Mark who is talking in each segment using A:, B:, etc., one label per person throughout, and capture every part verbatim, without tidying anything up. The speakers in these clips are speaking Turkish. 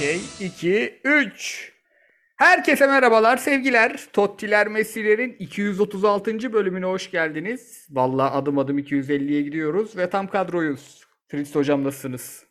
A: Okey. iki, üç. Herkese merhabalar, sevgiler. Tottiler Messi'lerin iki yüz otuz altıncı bölümüne hoş geldiniz. Vallahi adım adım iki yüz elliye gidiyoruz ve tam kadroyuz. Fritz hocam nasılsınız?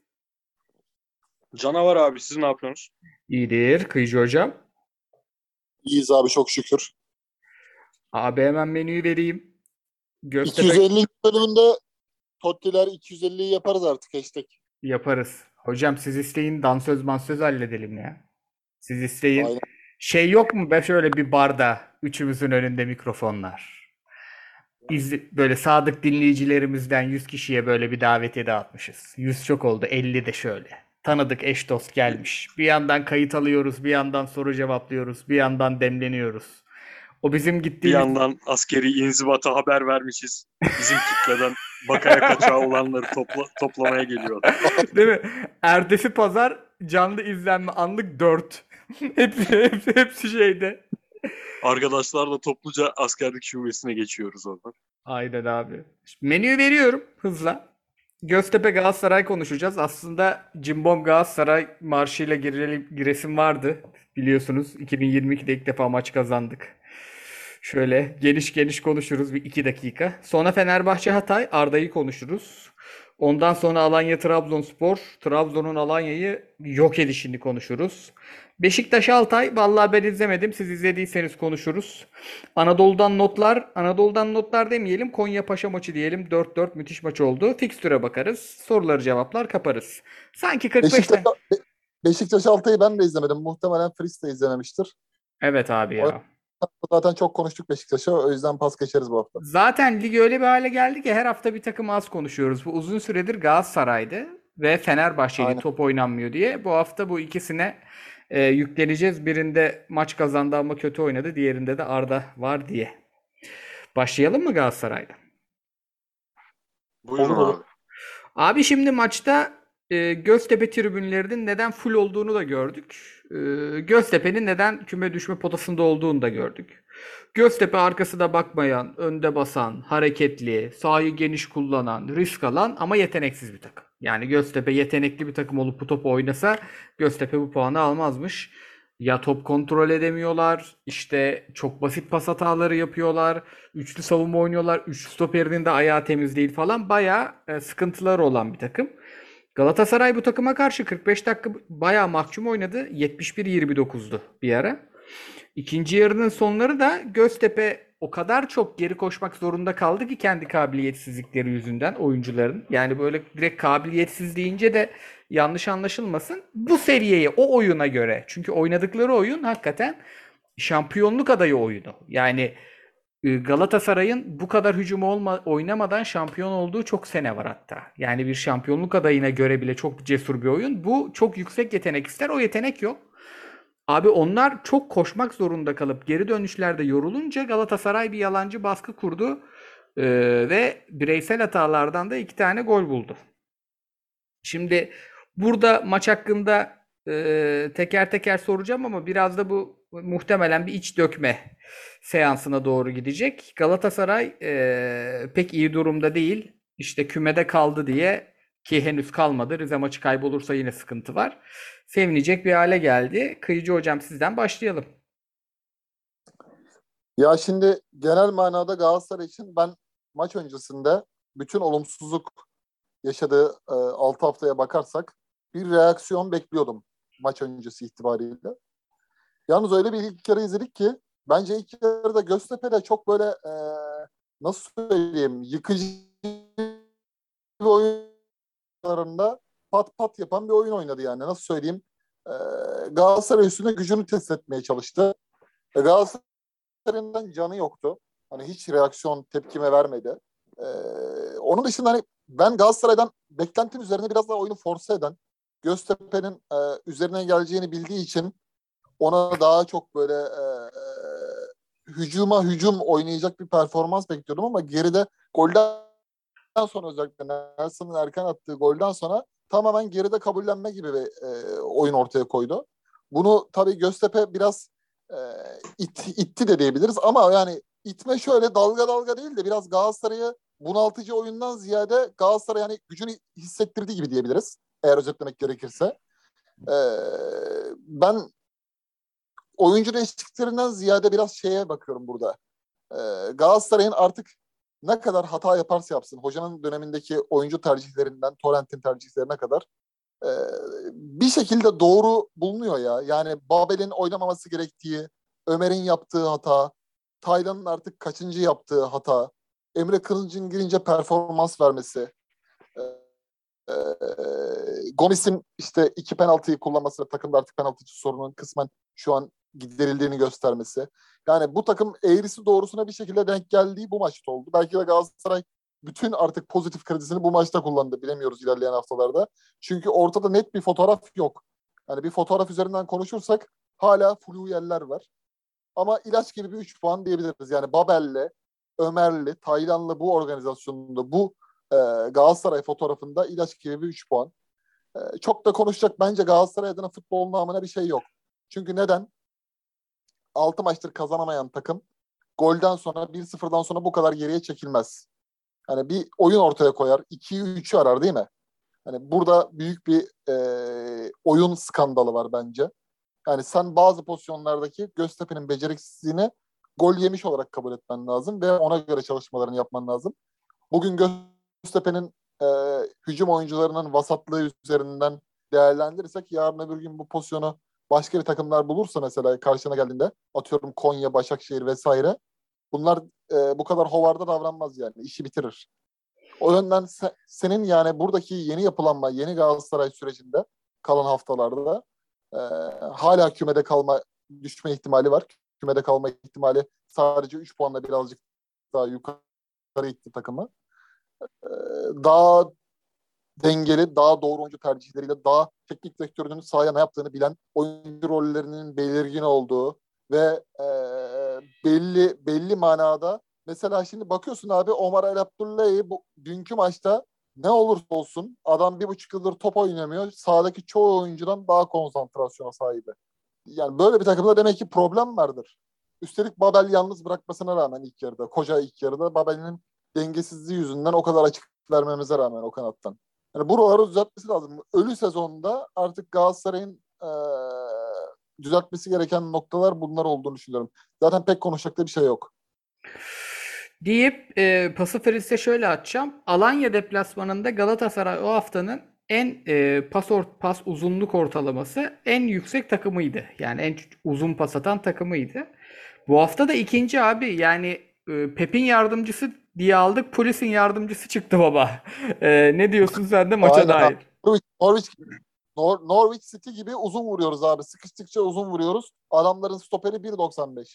B: Canavar abi, siz ne yapıyorsunuz?
A: İyidir. Kıyıcı hocam.
C: İyiyiz abi çok şükür.
A: Abi hemen menüyü vereyim. Göztepe
C: iki yüz elli bölümünde Tottiler iki yüz elliyi yaparız artık hashtag.
A: yaparız. Hocam siz isteyin, dansöz mansöz halledelim ya. Siz isteyin.
C: Aynen.
A: Şey yok mu be, şöyle bir barda üçümüzün önünde mikrofonlar. İzli, böyle sadık dinleyicilerimizden yüz kişiye böyle bir davetiye dağıtmışız. yüz çok oldu, elli de şöyle. Tanıdık eş dost gelmiş. Bir yandan kayıt alıyoruz, bir yandan soru cevaplıyoruz, bir yandan demleniyoruz. O bizim
B: Bir
A: gittiğimiz...
B: yandan askeri inzibata haber vermişiz. Bizim kitleden bakaya kaçağı olanları topla, toplamaya geliyor.
A: Değil mi? Ertesi pazar canlı izlenme anlık dört. hepsi, hepsi, hepsi şeyde.
B: Arkadaşlarla topluca askerlik şubesine geçiyoruz oradan.
A: Aynen abi. Şimdi menüyü veriyorum hızla. Göztepe Galatasaray konuşacağız. Aslında Cimbom Galatasaray marşıyla girelim, giresim vardı. Biliyorsunuz iki bin yirmi ikide ilk defa maç kazandık. Şöyle geniş geniş konuşuruz bir iki dakika. Sonra Fenerbahçe Hatay, Arda'yı konuşuruz. Ondan sonra Alanya Trabzonspor, Trabzon'un Alanya'yı yok edişini konuşuruz. Beşiktaş Altay, vallahi ben izlemedim. Siz izlediyseniz konuşuruz. Anadolu'dan notlar, Anadolu'dan notlar demeyelim. Konya Paşa maçı diyelim. dört dört müthiş maç oldu. Fikstüre bakarız. Soruları cevaplar kaparız. Sanki kırk
C: Beşiktaş,
A: beşte.
C: Be- Beşiktaş Altay'ı ben de izlemedim. Muhtemelen Fritz de izlememiştir.
A: Evet abi
C: O
A: ya.
C: zaten çok konuştuk Beşiktaş'a. O yüzden pas geçeriz bu hafta.
A: Zaten lig öyle bir hale geldi ki her hafta bir takım az konuşuyoruz. Bu uzun süredir Galatasaray'dı ve Fenerbahçe'ydi
C: Aynen.
A: top oynanmıyor diye. Bu hafta bu ikisine e, yükleneceğiz. Birinde maç kazandı ama kötü oynadı. Diğerinde de Arda var diye. Başlayalım mı Galatasaray'la?
B: Buyurun
C: Olur olur.
B: abi.
A: Abi şimdi maçta e, Göztepe tribünlerinin neden full olduğunu da gördük. E, Göztepe'nin neden küme düşme potasında olduğunu da gördük. Göztepe arkası da bakmayan, önde basan, hareketli, sahayı geniş kullanan, risk alan ama yeteneksiz bir takım. Yani Göztepe yetenekli bir takım olup bu topu oynasa Göztepe bu puanı almazmış. Ya top kontrol edemiyorlar, işte çok basit pas hataları yapıyorlar, üçlü savunma oynuyorlar, üç stoperinin de ayağı temiz değil falan. Bayağı e, sıkıntıları olan bir takım. Galatasaray bu takıma karşı kırk beş dakika bayağı mahkum oynadı. yetmiş bir yirmi dokuzdu bir ara. İkinci yarının sonları da Göztepe o kadar çok geri koşmak zorunda kaldı ki kendi kabiliyetsizlikleri yüzünden oyuncuların. Yani böyle direkt kabiliyetsiz deyince de yanlış anlaşılmasın. Bu seviyeye, o oyuna göre. Çünkü oynadıkları oyun hakikaten şampiyonluk adayı oyunu. Yani e, Galatasaray'ın bu kadar hücum olma, oynamadan şampiyon olduğu çok sene var hatta. Yani bir şampiyonluk adayına göre bile çok cesur bir oyun. Bu çok yüksek yetenek ister. O yetenek yok. Abi onlar çok koşmak zorunda kalıp geri dönüşlerde yorulunca Galatasaray bir yalancı baskı kurdu. Ee, ve bireysel hatalardan da iki tane gol buldu. Şimdi burada maç hakkında e, teker teker soracağım ama biraz da bu muhtemelen bir iç dökme seansına doğru gidecek. Galatasaray e, pek iyi durumda değil. İşte kümede kaldı diye ki henüz kalmadı. Rize maçı kaybolursa yine sıkıntı var. Sevinecek bir hale geldi. Kıyıcı hocam sizden başlayalım.
C: Ya şimdi genel manada Galatasaray için ben maç öncesinde bütün olumsuzluk yaşadığı e, altı haftaya bakarsak bir reaksiyon bekliyordum maç öncesi itibariyle. Yalnız öyle bir ilk yarı izledik ki bence ilk yarıda Göztepe'de çok böyle e, nasıl söyleyeyim yıkıcı bir oyunlarında pat pat yapan bir oyun oynadı yani. Nasıl söyleyeyim? E, Galatasaray üstüne gücünü test etmeye çalıştı. E, Galatasaray'ın canı yoktu. Hani hiç reaksiyon tepkime vermedi. E, onun dışında hani ben Galatasaray'dan beklentim üzerine biraz daha oyunu force eden, Göztepe'nin e, üzerine geleceğini bildiği için ona daha çok böyle e, e, hücuma hücum oynayacak bir performans bekliyordum ama geride golden sonra özellikle Nelson'ın erken attığı golden sonra tamamen geride kabullenme gibi bir e, oyun ortaya koydu. Bunu tabii Göztepe biraz e, it, itti de diyebiliriz ama yani itme şöyle dalga dalga değil de biraz Galatasaray'ı bunaltıcı oyundan ziyade Galatasaray yani gücünü hissettirdiği gibi diyebiliriz. Eğer özetlemek gerekirse. Ee, ben oyuncu değişikliklerinden ziyade biraz şeye bakıyorum burada. Ee, Galatasaray'ın artık ne kadar hata yaparsa yapsın, hocanın dönemindeki oyuncu tercihlerinden Torrent'in tercihlerine kadar e, bir şekilde doğru bulunuyor ya. Yani Babel'in oynamaması gerektiği, Ömer'in yaptığı hata, Taylan'ın artık kaçıncı yaptığı hata, Emre Kılıç'ın girince performans vermesi, e, e, Gomis'in işte iki penaltıyı kullanması, takımda artık penaltıcı sorunun kısmen şu an giderildiğini göstermesi. Yani bu takım eğrisi doğrusuna bir şekilde denk geldiği bu maçta oldu. Belki de Galatasaray bütün artık pozitif kredisini bu maçta kullandı. Bilemiyoruz ilerleyen haftalarda. Çünkü ortada net bir fotoğraf yok. Yani bir fotoğraf üzerinden konuşursak hala flu yerler var. Ama ilaç gibi bir üç puan diyebiliriz. Yani Babel'le, Ömer'li, Taylan'lı bu organizasyonunda bu e, Galatasaray fotoğrafında ilaç gibi bir üç puan. E, çok da konuşacak bence Galatasaray adına futbol namına bir şey yok. Çünkü neden? altı maçtır kazanamayan takım golden sonra bir sıfırdan sonra bu kadar geriye çekilmez. Hani bir oyun ortaya koyar. ikiyi üçü arar değil mi? Hani burada büyük bir e, oyun skandalı var bence. Yani sen bazı pozisyonlardaki Göztepe'nin beceriksizliğini gol yemiş olarak kabul etmen lazım ve ona göre çalışmalarını yapman lazım. Bugün Göztepe'nin e, hücum oyuncularının vasatlığı üzerinden değerlendirirsek yarın öbür gün bu pozisyonu başka bir takımlar bulursa mesela karşına geldiğinde atıyorum Konya, Başakşehir vesaire bunlar e, bu kadar hovarda davranmaz yani işi bitirir. O yönden se- senin yani buradaki yeni yapılanma, yeni Galatasaray sürecinde kalan haftalarda e, hala kümede kalma, düşme ihtimali var. Kümede kalma ihtimali sadece üç puanla birazcık daha yukarı itti takımı. E, daha dengeli, daha doğru oyuncu tercihleriyle, daha teknik direktörünün sahaya ne yaptığını bilen, oyuncu rollerinin belirgin olduğu ve e, belli belli manada mesela şimdi bakıyorsun abi Omar El Abdullahi bu dünkü maçta ne olursa olsun adam bir buçuk yıldır top oynamıyor. Sahadaki çoğu oyuncudan daha konsantrasyona sahibi. Yani böyle bir takımda demek ki problem vardır. Üstelik Babel yalnız bırakmasına rağmen ilk yarıda, koca ilk yarıda Babel'in dengesizliği yüzünden o kadar açık vermemize rağmen o kanattan. Yani buraları düzeltmesi lazım. Ölü sezonda artık Galatasaray'ın e, düzeltmesi gereken noktalar bunlar olduğunu düşünüyorum. Zaten pek konuşacak da bir şey yok.
A: Deyip e, pası Feris'e şöyle atacağım. Alanya deplasmanında Galatasaray o haftanın en e, pas, or- pas uzunluk ortalaması en yüksek takımıydı. Yani en uzun pas atan takımıydı. Bu hafta da ikinci abi. Yani e, Pep'in yardımcısı diye aldık. Polisin yardımcısı çıktı baba. E, ne diyorsun sen de maça
C: Aynen abi.
A: dair?
C: Norwich, Norwich, Nor- Norwich City gibi uzun vuruyoruz abi. Sıkıştıkça uzun vuruyoruz. Adamların stoperi bir doksan beş.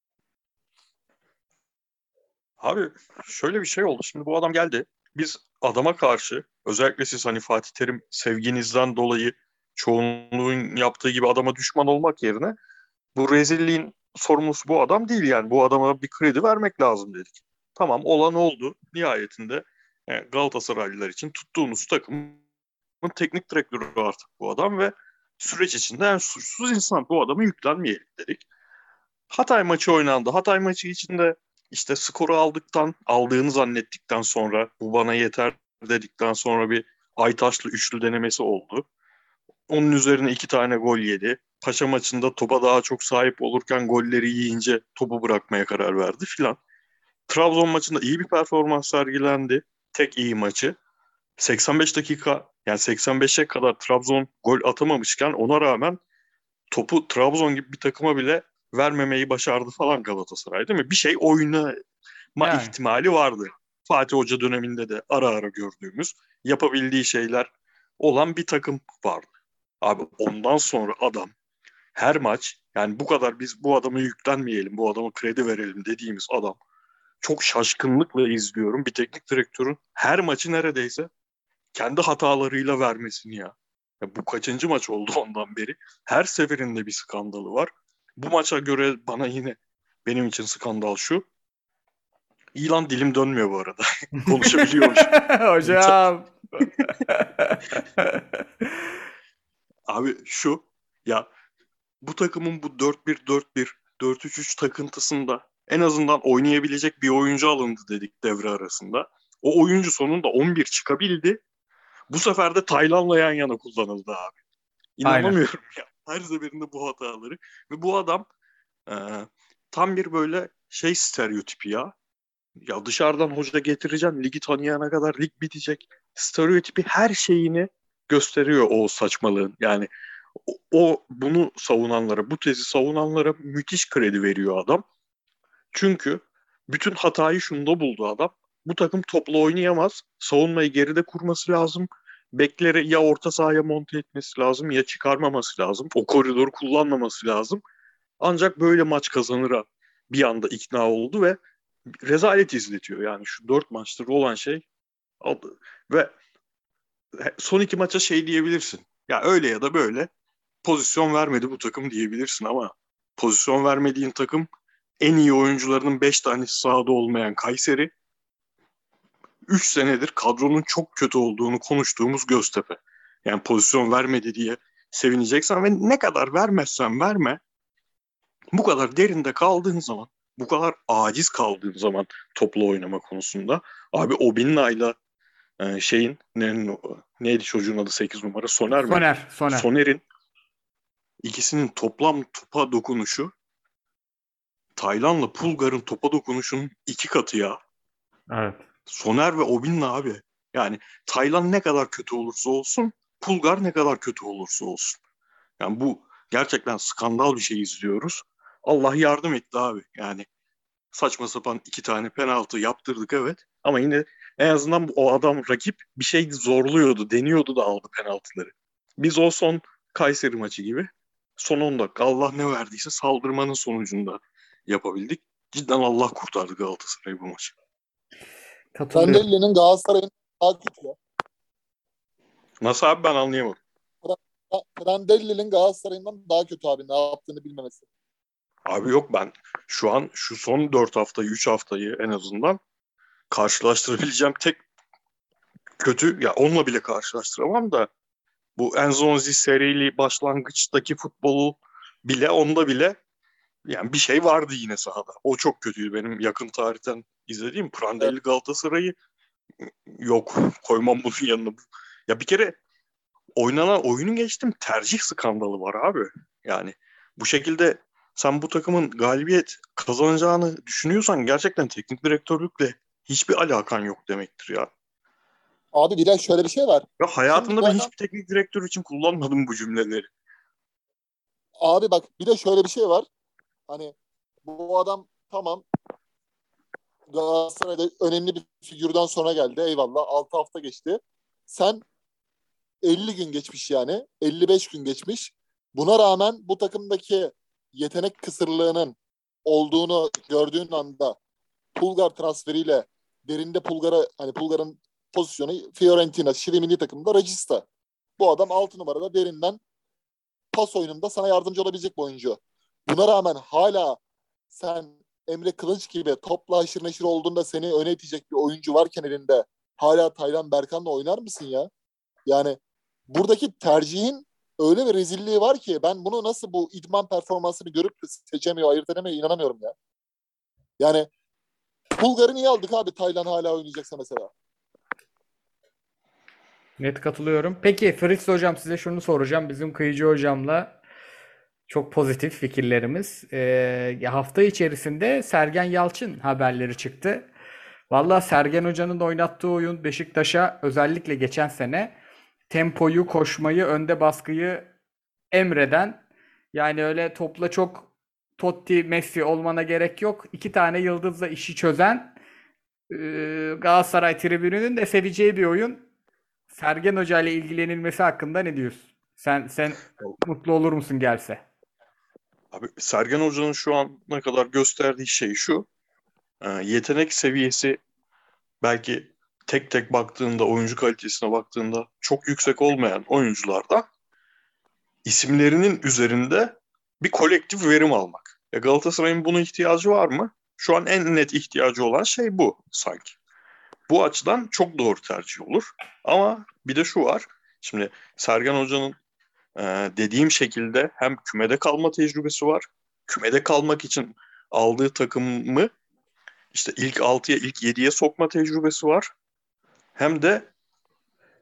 B: Abi şöyle bir şey oldu. Şimdi bu adam geldi. Biz adama karşı özellikle siz hani Fatih Terim sevginizden dolayı çoğunluğun yaptığı gibi adama düşman olmak yerine bu rezilliğin sorumlusu bu adam değil yani. Bu adama bir kredi vermek lazım dedik. Tamam olan oldu. Nihayetinde yani Galatasaraylılar için tuttuğunuz takımın teknik direktörü artık bu adam ve süreç içinde en suçsuz insan. Bu adama yüklenmeyelim dedik. Hatay maçı oynandı. Hatay maçı içinde işte skoru aldıktan, aldığını zannettikten sonra bu bana yeter dedikten sonra bir Aytaşlı üçlü denemesi oldu. Onun üzerine iki tane gol yedi. Paşa maçında topa daha çok sahip olurken golleri yiyince topu bırakmaya karar verdi filan. Trabzon maçında iyi bir performans sergilendi. Tek iyi maçı. seksen beş dakika yani seksen beşe kadar Trabzon gol atamamışken ona rağmen topu Trabzon gibi bir takıma bile vermemeyi başardı falan Galatasaray değil mi? Bir şey oynama
A: Yani.
B: ihtimali vardı. Fatih Hoca döneminde de ara ara gördüğümüz yapabildiği şeyler olan bir takım vardı. Abi ondan sonra adam her maç yani bu kadar biz bu adamı yüklenmeyelim, bu adama kredi verelim dediğimiz adam çok şaşkınlıkla izliyorum. Bir teknik direktörün her maçı neredeyse kendi hatalarıyla vermesini ya. Ya bu kaçıncı maç oldu ondan beri? Her seferinde bir skandalı var. Bu maça göre bana yine benim için skandal şu. İlan dilim dönmüyor bu arada. Konuşabiliyormuş.
A: Hocam.
B: Abi şu ya bu takımın bu dört bir dört bir dört üç üç takıntısında en azından oynayabilecek bir oyuncu alındı dedik devre arasında. O oyuncu sonunda on bir çıkabildi. Bu sefer de Taylan'la yan yana kullanıldı abi.
A: Aynen.
B: İnanamıyorum ya. Her seferinde bu hataları. Ve bu adam e, tam bir böyle şey stereotipi ya. Ya dışarıdan hoca getireceksin, ligi tanıyana kadar lig bitecek. Stereotipi her şeyini gösteriyor o saçmalığın. Yani o, o bunu savunanlara, bu tezi savunanlara müthiş kredi veriyor adam. Çünkü bütün hatayı şunda buldu adam. Bu takım topla oynayamaz. Savunmayı geride kurması lazım. Bekleri ya orta sahaya monte etmesi lazım ya çıkarmaması lazım. O koridoru kullanmaması lazım. Ancak böyle maç kazanıra bir anda ikna oldu ve rezalet izletiyor. Yani şu dört maçtır olan şey ve son iki maça şey diyebilirsin. Ya öyle ya da böyle pozisyon vermedi bu takım diyebilirsin ama pozisyon vermediğin takım en iyi oyuncularının beş tanesi sahada olmayan Kayseri. üç senedir kadronun çok kötü olduğunu konuştuğumuz Göztepe. Yani pozisyon vermedi diye sevineceksen ve ne kadar vermezsen verme bu kadar derinde kaldığın zaman, bu kadar aciz kaldığın zaman toplu oynama konusunda abi Obinna'yla e, şeyin ne, neydi çocuğun adı sekiz numara Soner mi?
A: Soner, Soner.
B: Soner'in ikisinin toplam topa dokunuşu Taylan'la Pulgar'ın topa dokunuşunun iki katı ya.
A: Evet.
B: Soner ve Obinna abi. Yani Taylan ne kadar kötü olursa olsun, Pulgar ne kadar kötü olursa olsun. Yani bu gerçekten skandal bir şey izliyoruz. Allah yardım etti abi. Yani saçma sapan iki tane penaltı yaptırdık evet. Ama yine en azından o adam rakip bir şey zorluyordu, deniyordu da aldı penaltıları. Biz o son Kayseri maçı gibi son on dakika Allah ne verdiyse saldırmanın sonucunda yapabildik. Cidden Allah kurtardı Galatasaray'ı bu maçı.
A: Katılıyorum.
C: Prandelli'nin Galatasaray'ın daha kötü ya.
B: Nasıl abi ben anlayamadım.
C: Pra- Prandelli'nin Galatasaray'ından daha kötü abi, ne yaptığını bilmemesi.
B: Abi yok ben şu an şu son dört haftayı, üç haftayı en azından karşılaştırabileceğim tek kötü ya onunla bile karşılaştıramam da bu Enzonzi serili başlangıçtaki futbolu bile onda bile yani bir şey vardı yine sahada. O çok kötüydü benim yakın tarihten izlediğim
C: Evet.
B: Prandelli Galatasaray'ı yok koymam bunun yanına. Ya bir kere oynanan oyunu geçtim tercih skandalı var abi. Yani bu şekilde sen bu takımın galibiyet kazanacağını düşünüyorsan gerçekten teknik direktörlükle hiçbir alakan yok demektir ya.
C: Abi bir de şöyle bir şey var.
B: Ya
C: Şimdi
B: hayatımda
C: bu
B: ben
C: adam,
B: hiçbir teknik direktör için kullanmadım bu cümleleri.
C: abi bak bir de şöyle bir şey var. Hani bu adam tamam Galatasaray'da önemli bir figürden sonra geldi. Eyvallah, altı hafta geçti. Sen elli gün geçmiş yani. elli beş gün geçmiş. Buna rağmen bu takımdaki yetenek kısırlığının olduğunu gördüğün anda Pulgar transferiyle derinde Pulgar'a, hani Pulgar'ın pozisyonu Fiorentina, Şili milli takımında Regista. Bu adam altı numarada derinden pas oyununda sana yardımcı olabilecek bir oyuncu. Buna rağmen hala sen Emre Kılınç gibi topla haşır neşir olduğunda seni öne itecek bir oyuncu varken elinde hala Taylan Berkan'la oynar mısın ya? Yani buradaki tercihin öyle bir rezilliği var ki ben bunu nasıl bu idman performansını görüp de seçemiyor, ayırt edemiyor, inanamıyorum ya. Yani Bulgar'ı niye aldık abi, Taylan hala oynayacaksa mesela?
A: Net katılıyorum. Peki Fritz hocam size şunu soracağım. Bizim Kıyıcı hocamla çok pozitif fikirlerimiz. Ee, hafta içerisinde Sergen Yalçın haberleri çıktı. Valla Sergen Hoca'nın da oynattığı oyun Beşiktaş'a özellikle geçen sene tempoyu, koşmayı, önde baskıyı emreden, yani öyle topla çok Totti, Messi olmana gerek yok. İki tane yıldızla işi çözen e, Galatasaray tribününün de seveceği bir oyun. Sergen Hoca ile ilgilenilmesi hakkında ne diyorsun? Sen sen mutlu olur musun gelse?
B: Abi Sergen Hoca'nın şu ana kadar gösterdiği şey şu. e, Yetenek seviyesi belki tek tek baktığında, oyuncu kalitesine baktığında çok yüksek olmayan oyuncularda isimlerinin üzerinde bir kolektif verim almak. E Galatasaray'ın buna ihtiyacı var mı? Şu an en net ihtiyacı olan şey bu sanki. Bu açıdan çok doğru tercih olur. Ama bir de şu var. Şimdi Sergen Hoca'nın e, dediğim şekilde hem kümede kalma tecrübesi var. Kümede kalmak için aldığı takımı işte ilk altıya, ilk yediye sokma tecrübesi var. Hem de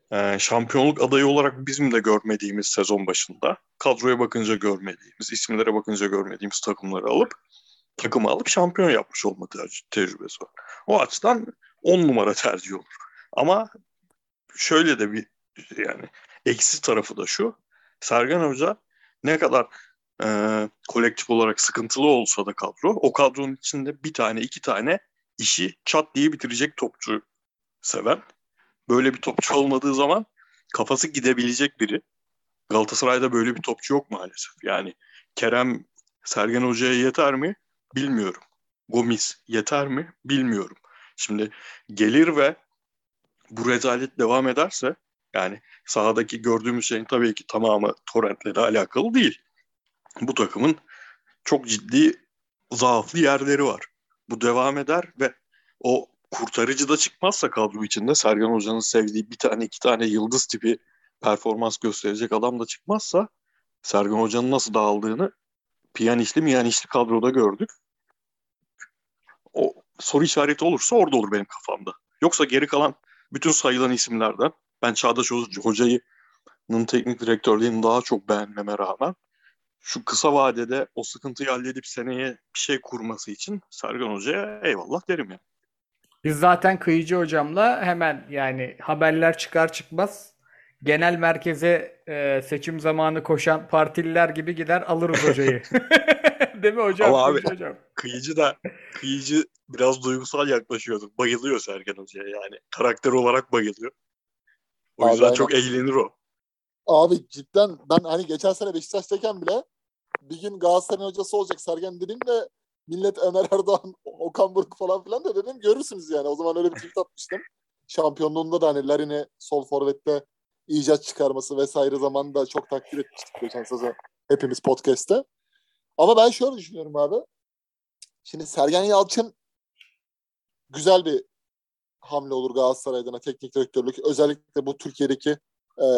B: e, şampiyonluk adayı olarak bizim de görmediğimiz sezon başında, kadroya bakınca görmediğimiz, isimlere bakınca görmediğimiz takımları alıp takımı alıp şampiyon yapmış olma ter- tecrübesi var. O açıdan on numara tercih olur. Ama şöyle de bir yani eksi tarafı da şu. Sergen Hoca ne kadar e, kolektif olarak sıkıntılı olsa da kadro, o kadronun içinde bir tane iki tane işi çat diye bitirecek topçu seven. Böyle bir topçu olmadığı zaman kafası gidebilecek biri. Galatasaray'da böyle bir topçu yok maalesef. Yani Kerem Sergen Hoca'ya yeter mi? Bilmiyorum. Gomis yeter mi? Bilmiyorum. Şimdi gelir ve bu rezalet devam ederse, yani sahadaki gördüğümüz şeyin tabii ki tamamı torrentle alakalı değil. Bu takımın çok ciddi zaaflı yerleri var. Bu devam eder ve o kurtarıcı da çıkmazsa kadro içinde, Sergen Hoca'nın sevdiği bir tane iki tane yıldız tipi performans gösterecek adam da çıkmazsa, Sergen Hoca'nın nasıl dağıldığını Piyanişli Miyanişli kadroda gördük. O soru işareti olursa orada olur benim kafamda. Yoksa geri kalan bütün sayılan isimlerden ben Çağdaş Hoca'nın teknik direktörlüğünü daha çok beğenmeme rağmen şu kısa vadede o sıkıntıyı halledip seneye bir şey kurması için Sergen Hoca'ya eyvallah derim ya.
A: Biz zaten Kıyıcı hocamla hemen yani haberler çıkar çıkmaz genel merkeze e, seçim zamanı koşan partililer gibi gider alırız hocayı. Değil mi hocam?
B: Ama abi
A: Kıyıcı hocam.
B: Kıyıcı da Kıyıcı biraz duygusal yaklaşıyordu. Bayılıyor Sergen Hoca'ya yani. Karakter olarak bayılıyor. O
C: Abi
B: yüzden
C: aynen.
B: çok eğlenir o.
C: Abi cidden ben hani geçen sene Beşiktaş'tayken bile bir gün Galatasaray'ın hocası olacak Sergen dedim de millet Ömer Erdoğan, Okan Buruk falan filan da dedim görürsünüz yani. O zaman öyle bir tweet atmıştım. Şampiyonluğunda da hani Larin'i sol forvette icat çıkarması vesaire zamanında çok takdir etmiştik geçen sezon hepimiz podcast'te. Ama ben şöyle düşünüyorum abi. Şimdi Sergen Yalçın güzel bir hamle olur Galatasaray adına teknik direktörlük. Özellikle bu Türkiye'deki ee,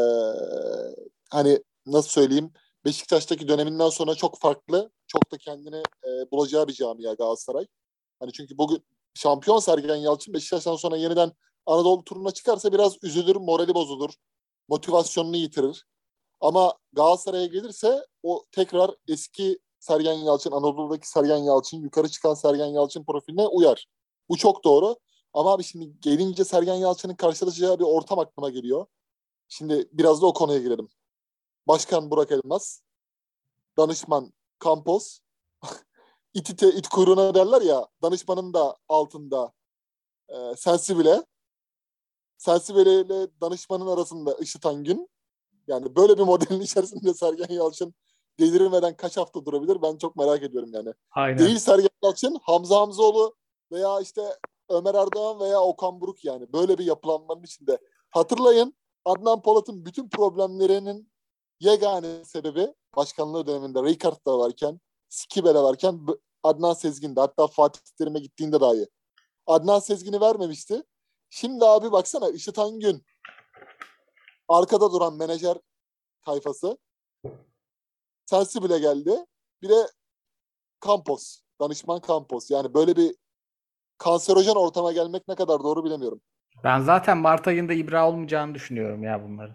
C: hani nasıl söyleyeyim Beşiktaş'taki döneminden sonra çok farklı, çok da kendini e, bulacağı bir camia Galatasaray. Hani çünkü bugün şampiyon Sergen Yalçın Beşiktaş'tan sonra yeniden Anadolu turuna çıkarsa biraz üzülür, morali bozulur, motivasyonunu yitirir. Ama Galatasaray'a gelirse o tekrar eski Sergen Yalçın, Anadolu'daki Sergen Yalçın, yukarı çıkan Sergen Yalçın profiline uyar. Bu çok doğru. Ama abi şimdi gelince Sergen Yalçın'ın karşılaşacağı bir ortam aklıma geliyor. Şimdi biraz da o konuya girelim. Başkan Burak Elmas, danışman Campos, it ite it kuyruğuna derler ya, danışmanın da altında e, Sensibile, Sensibile ile danışmanın arasında Işıt Angün. Yani böyle bir modelin içerisinde Sergen Yalçın delirmeden kaç hafta durabilir? Ben çok merak ediyorum yani.
A: Aynen.
C: Değil Sergen Yalçın, Hamza Hamzoğlu veya işte Ömer Erdoğan veya Okan Buruk yani. Böyle bir yapılanmanın içinde. Hatırlayın Adnan Polat'ın bütün problemlerinin yegane sebebi başkanlığı döneminde Rijkaard da varken, Skibele varken Adnan Sezgin'di. Hatta Fatih Terim'e gittiğinde dahi. Adnan Sezgin'i vermemişti. Şimdi abi baksana Işıt Angün arkada duran menajer tayfası. Sensibile geldi. Bir de Campos. Danışman Campos. Yani böyle bir kanserojen ortama gelmek ne kadar doğru bilemiyorum.
A: Ben zaten Mart ayında ibra olmayacağını düşünüyorum ya bunların.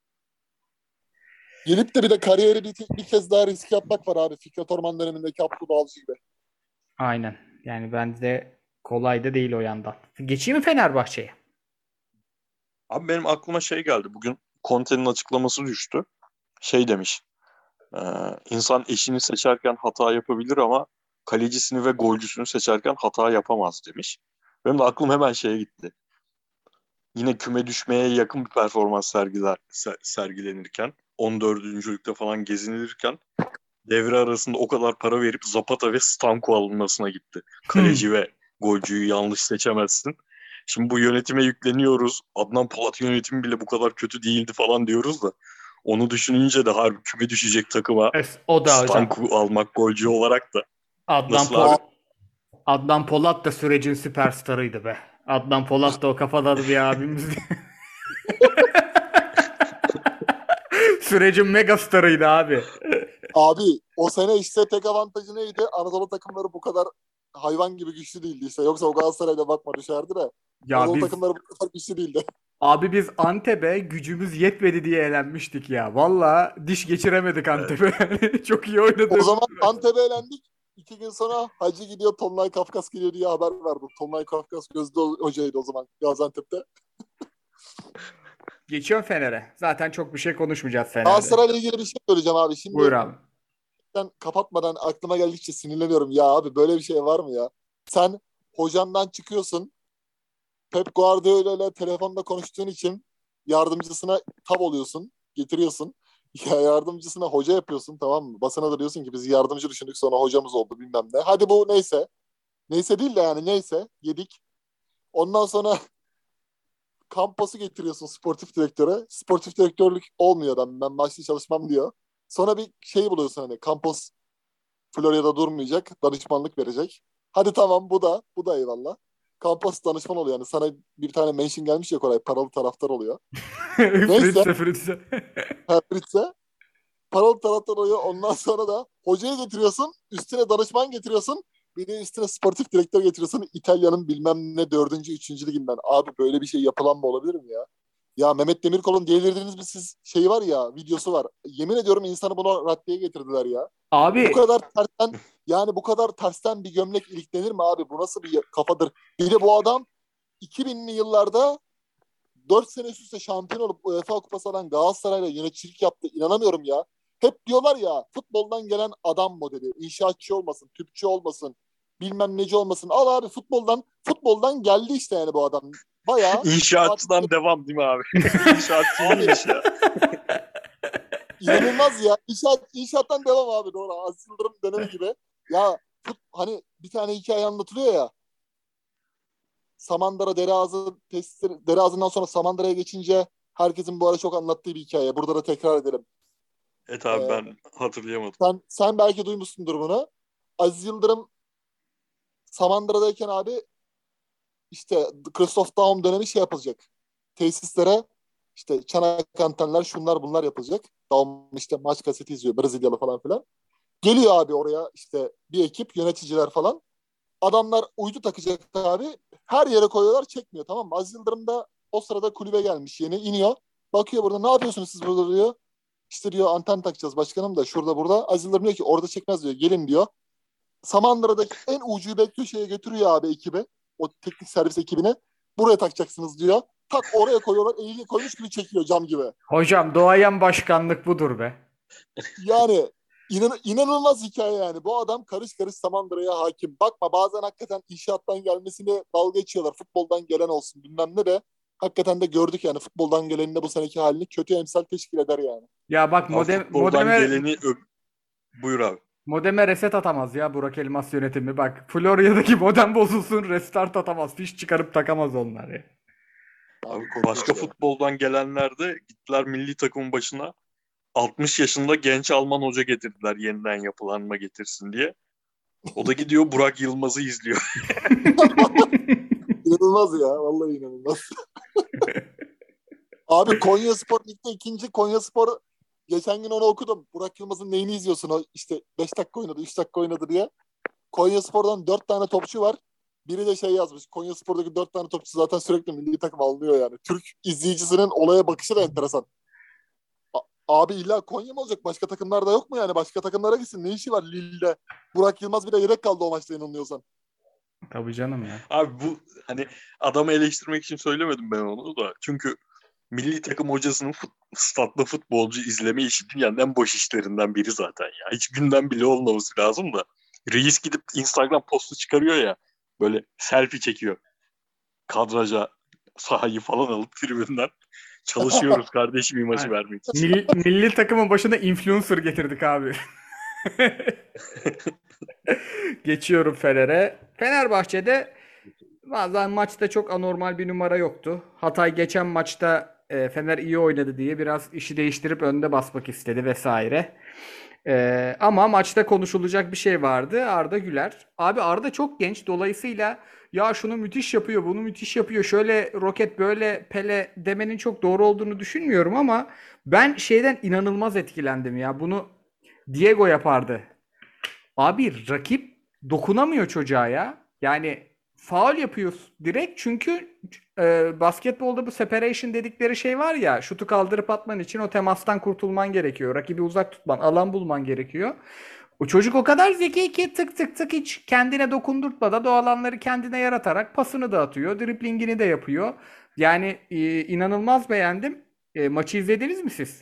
C: Gelip de bir de kariyeri bir, bir kez daha risk yapmak var abi. Fikret Orman dönemindeki Abdullah Balcı gibi.
A: Aynen. Yani bence kolay da değil o yandan. Geçeyim mi Fenerbahçe'ye?
B: Abi benim aklıma şey geldi. Bugün Conte'nin açıklaması düştü. Şey demiş. E, insan eşini seçerken hata yapabilir ama kalecisini ve golcüsünü seçerken hata yapamaz demiş. Benim de aklım hemen şeye gitti. Yine küme düşmeye yakın bir performans sergiler, ser- sergilenirken on dördüncülükte falan gezinilirken devre arasında o kadar para verip Zapata ve Stanko alınmasına gitti. Kaleci ve golcüyü yanlış seçemezsin. Şimdi bu yönetime yükleniyoruz. Adnan Polat yönetimi bile bu kadar kötü değildi falan diyoruz da onu düşününce de harbi küme düşecek takıma
A: Es- O da hocam.
B: Stanko almak golcü olarak da
A: Adnan
B: nasıl
A: Pol
B: abi?
A: Adnan Polat da sürecin süperstarıydı be. Adnan Polat da o kafada bir abimizdi. Sürecin megastarıydı abi.
C: Abi o sene işte tek avantajı neydi? Anadolu takımları bu kadar hayvan gibi güçlü değildi işte. Yoksa o Galatasaray'da bakma düşerdi de.
A: Ya
C: Anadolu
A: biz
C: takımları bu kadar güçlü değildi.
A: Abi biz Antep'e gücümüz yetmedi diye elenmiştik ya. Valla diş geçiremedik
B: Evet.
A: Antep'e. Çok iyi
C: O
A: oynadığımız
C: zaman
A: bir maç.
C: Antep'e elendik. İki gün sonra Hacı gidiyor, Tolunay Kafkas geliyor diye haber verdi. Tolunay Kafkas Gözde hocaydı o zaman Gaziantep'te.
A: Geçiyorum Fener'e. Zaten çok bir şey konuşmayacağız Fener'de.
C: Galatasaray'la ilgili bir şey söyleyeceğim abi.
A: Buyur
C: Şimdi
A: abi.
C: ben kapatmadan aklıma geldikçe sinirleniyorum. Ya abi böyle bir şey var mı ya? Sen hocandan çıkıyorsun. Pep Guardiola ile telefonda konuştuğun için yardımcısına tab oluyorsun. Getiriyorsun. Ya yardımcısına hoca yapıyorsun, tamam mı? Basına da diyorsun ki biz yardımcı düşündük sonra hocamız oldu bilmem ne. Hadi bu neyse. Neyse değil de yani neyse. Yedik. Ondan sonra Campos'u getiriyorsun sportif direktöre. Sportif direktörlük olmuyor adam. Ben maaşlı çalışmam diyor. Sonra bir şey buluyorsun hani Campos Florya'da durmayacak. Danışmanlık verecek. Hadi tamam bu da bu da eyvallah. Campos danışman oluyor. Yani sana bir tane mention gelmiş ya Koray. Paralı taraftar oluyor. Neyse.
A: Fritze Fritze.
C: Hertze paralı taraftar oluyor. Ondan sonra da hocayı getiriyorsun. Üstüne danışman getiriyorsun. Bir de üstüne sportif direktör getiriyorsun. İtalya'nın bilmem ne dördüncü, üçüncü liginden. Abi böyle bir şey yapılan mı olabilir mi ya? Ya Mehmet Demirkol'un delirdiğiniz bir siz şeyi var ya, videosu var. Yemin ediyorum insanı buna raddeye getirdiler ya. Bu
A: Abi
C: kadar tersten yani bu kadar tersten bir gömlek iliklenir mi abi? Bu nasıl bir kafadır? Bir de bu adam iki binli yıllarda dört sene üst üste şampiyon olup UEFA Kupası alan Galatasaray'la yöneticilik yaptı. İnanamıyorum ya. Hep diyorlar ya futboldan gelen adam modeli. İnşaatçı olmasın, tüpçü olmasın, bilmem neci olmasın. Al abi futboldan futboldan geldi işte yani bu adam. Bayağı
B: İnşaatçıdan devam değil mi abi? İnşaatçı iyiymiş ya.
C: inanılmaz ya. İnşaat, inşaattan devam abi doğru. Aziz Yıldırım dönemi gibi. Ya fut, hani bir tane hikaye anlatılıyor ya. Samandıra Dereazı tesisleri, Dereazı'ndan sonra Samandıra'ya geçince herkesin bu ara çok anlattığı bir hikaye. Burada da tekrar edelim.
B: Evet abi
C: Ee,
B: ben hatırlayamadım.
C: sen, sen belki duymuşsundur bunu. Aziz Yıldırım Samandıra'dayken abi işte Christoph Daum dönemi şey yapılacak. Tesislere işte çanak antenler şunlar bunlar yapılacak. Daum işte maç kaseti izliyor Brezilyalı falan filan. Geliyor abi oraya işte bir ekip yöneticiler falan. Adamlar uydu takacak abi. Her yere koyuyorlar çekmiyor tamam mı? Aziz Yıldırım da o sırada kulübe gelmiş yeni iniyor. Bakıyor burada ne yapıyorsunuz siz burada diyor. İşte diyor anten takacağız başkanım da şurada burada. Aziz Yıldırım diyor ki orada çekmez diyor. Gelin diyor. Samandıra'daki en ucube köşeye götürüyor abi ekibi. O teknik servis ekibine. Buraya takacaksınız diyor. Tak oraya koyuyorlar. Eliyle koymuş gibi çekiyor cam gibi.
A: hocam doğayan başkanlık budur be.
C: Yani inan, inanılmaz hikaye yani. Bu adam karış karış Samandıra'ya hakim. Bakma bazen hakikaten inşaattan gelmesine dalga geçiyorlar. Futboldan gelen olsun bilmem ne de. Hakikaten de gördük yani futboldan gelenin de bu seneki halini kötü emsal teşkil eder yani.
A: Ya bak
B: Abi
A: modem,
B: futboldan
A: modeme,
B: geleni ö- buyur abi.
A: modeme reset atamaz ya Burak Elmas yönetimi. Bak Florya'daki modem bozulsun restart atamaz. Fiş çıkarıp takamaz onlar ya.
B: Abi
C: korkunç
B: başka
C: ya.
B: futboldan gelenler de gittiler milli takımın başına altmış yaşında genç Alman hoca getirdiler yeniden yapılanma getirsin diye. O da gidiyor Burak Yılmaz'ı izliyor.
C: İnanılmaz ya. Vallahi inanılmaz. Abi Konyaspor Lig'de ikinci Konyaspor geçen gün onu okudum. Burak Yılmaz'ın neyini izliyorsun? O işte beş dakika oynadı, üç dakika oynadı diye. Konyaspor'dan dört tane topçu var. Biri de şey yazmış. Konyaspor'daki dört tane topçu zaten sürekli milli takım alınıyor yani. Türk izleyicisinin olaya bakışı da enteresan. A- Abi illa Konya mı olacak? Başka takımlarda yok mu yani? Başka takımlara gitsin. Ne işi var Lille'de? Burak Yılmaz bir de yedek kaldı o maçta inanılıyorsan.
A: Tabii canım ya.
B: Abi bu hani adamı eleştirmek için söylemedim ben onu da. Çünkü milli takım hocasının fut, statlı futbolcu izleme işi dünyanın en boş işlerinden biri zaten ya. Hiç gündem bile olmaması lazım da. Reis gidip Instagram postu çıkarıyor ya. Böyle selfie çekiyor. Kadraja sahayı falan alıp tribünden. Çalışıyoruz kardeşim imajı
A: Aynen.
B: vermek için.
A: Milli, milli takımın başına influencer getirdik abi. Geçiyorum Fener'e. Fenerbahçe'de bazen maçta çok anormal bir numara yoktu. Hatay geçen maçta e, Fener iyi oynadı diye biraz işi değiştirip önde basmak istedi vesaire. E, ama maçta konuşulacak bir şey vardı. Arda Güler. Abi Arda çok genç. Dolayısıyla ya şunu müthiş yapıyor, bunu müthiş yapıyor. Şöyle roket böyle Pele demenin çok doğru olduğunu düşünmüyorum ama ben şeyden inanılmaz etkilendim ya. Bunu Diego yapardı. Abi rakip dokunamıyor çocuğa ya. Yani faul yapıyorsun direkt çünkü e, basketbolda bu separation dedikleri şey var ya, şutu kaldırıp atman için o temastan kurtulman gerekiyor. Rakibi uzak tutman, alan bulman gerekiyor. O çocuk o kadar zeki ki tık tık tık hiç kendine dokundurtmadan o alanları kendine yaratarak pasını da atıyor, driblingini de yapıyor. Yani e, inanılmaz beğendim. E, maçı izlediniz mi siz?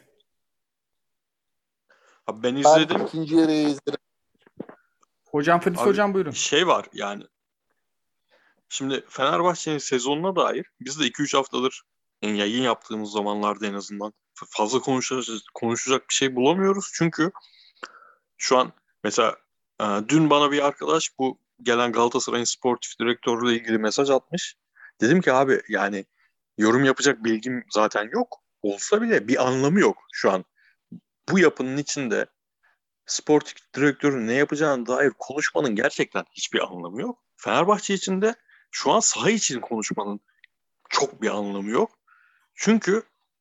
B: Abi ben
C: Ben
B: izledim.
C: ikinci yarıyı izledim.
A: Hocam Filiz
B: Abi
A: hocam buyurun.
B: şey var yani. Şimdi Fenerbahçe'nin sezonuna dair biz de iki üç haftadır yani yayın yaptığımız zamanlarda en azından fazla konuşacak, konuşacak bir şey bulamıyoruz. Çünkü şu an mesela e, dün bana bir arkadaş bu gelen Galatasaray'ın sportif direktörüyle ilgili mesaj atmış. Dedim ki abi yani yorum yapacak bilgim zaten yok. Olsa bile bir anlamı yok şu an. Bu yapının içinde sportif direktörün ne yapacağına dair konuşmanın gerçekten hiçbir anlamı yok. Fenerbahçe için de şu an saha için konuşmanın çok bir anlamı yok. Çünkü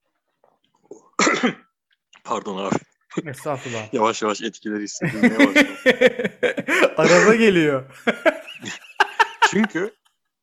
B: pardon abi
A: Estağfurullah.
B: yavaş yavaş etkileri hissedilmeye başladı.
A: Araba geliyor.
B: Çünkü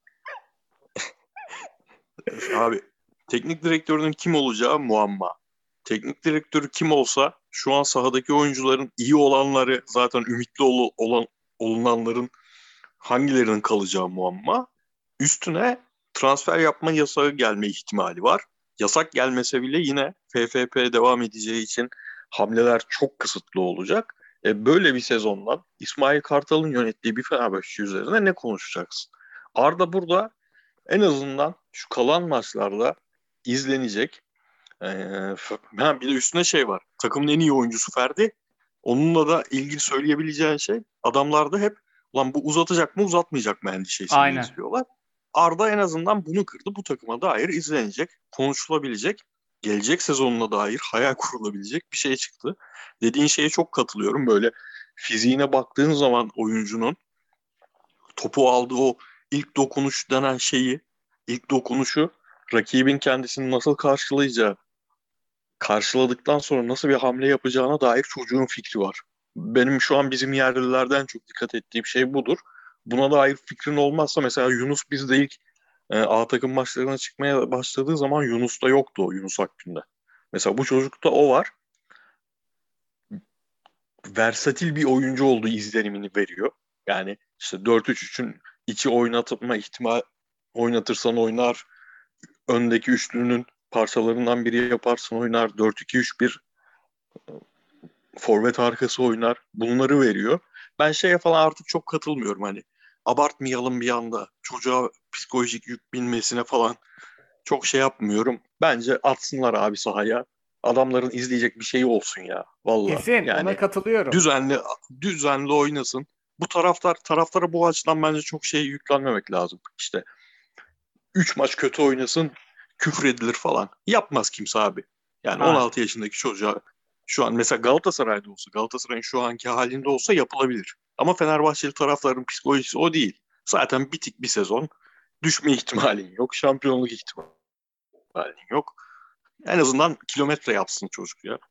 B: abi teknik direktörün kim olacağı muamma. Teknik direktörü kim olsa şu an sahadaki oyuncuların iyi olanları zaten ümitli ol- olan olunanların hangilerinin kalacağı muamma. Üstüne transfer yapma yasağı gelme ihtimali var. Yasak gelmese bile yine F F P devam edeceği için hamleler çok kısıtlı olacak. E, böyle bir sezondan İsmail Kartal'ın yönettiği bir Fenerbahçe üzerine ne konuşacaksın? Arda burada en azından şu kalan maçlarda izlenecek. Ee, ben bir de üstüne şey var. Takımın en iyi oyuncusu Ferdi. Onunla da ilgili söyleyebileceğin şey adamlar da hep lan bu uzatacak mı uzatmayacak mı endişesiyle
A: Aynen.
B: izliyorlar. Arda en azından bunu kırdı. Bu takıma dair izlenecek, konuşulabilecek, gelecek sezonuna dair hayal kurulabilecek bir şey çıktı. Dediğin şeye çok katılıyorum. Böyle fiziğine baktığın zaman oyuncunun topu aldığı o ilk dokunuş denen şeyi, ilk dokunuşu rakibin kendisini nasıl karşılayacağı, karşıladıktan sonra nasıl bir hamle yapacağına dair çocuğun fikri var. Benim şu an bizim yerlilerden çok dikkat ettiğim şey budur. Buna dair fikrin olmazsa mesela Yunus bizde ilk e, A takım maçlarına çıkmaya başladığı zaman Yunus'ta yoktu o Yunus Akgün'de. Mesela bu çocukta o var. Versatil bir oyuncu olduğu izlenimini veriyor. Yani işte dört üç üçün içi oynatma ihtimal oynatırsan oynar. Öndeki üçlünün parçalarından biri yaparsın oynar. dört iki üç bir forvet arkası oynar. Bunları veriyor. Ben şeye falan artık çok katılmıyorum hani. Abartmayalım bir anda. Çocuğa psikolojik yük binmesine falan çok şey yapmıyorum. Bence atsınlar abi sahaya. Adamların izleyecek bir şeyi olsun ya. Valla
A: Kesin ona
B: yani
A: katılıyorum.
B: düzenli düzenli oynasın. Bu taraftar taraftara bu açıdan bence çok şey yüklenmemek lazım. İşte üç maç kötü oynasın, küfredilir falan. Yapmaz kimse abi. Yani
A: Ha,
B: on altı yaşındaki çocuğa şu an mesela Galatasaray'da olsa, Galatasaray'ın şu anki halinde olsa yapılabilir. Ama Fenerbahçeli taraftarın psikolojisi o değil. Zaten bitik bir sezon. Düşme ihtimalin yok. Şampiyonluk ihtimalin yok. En azından kilometre yapsın çocuk ya.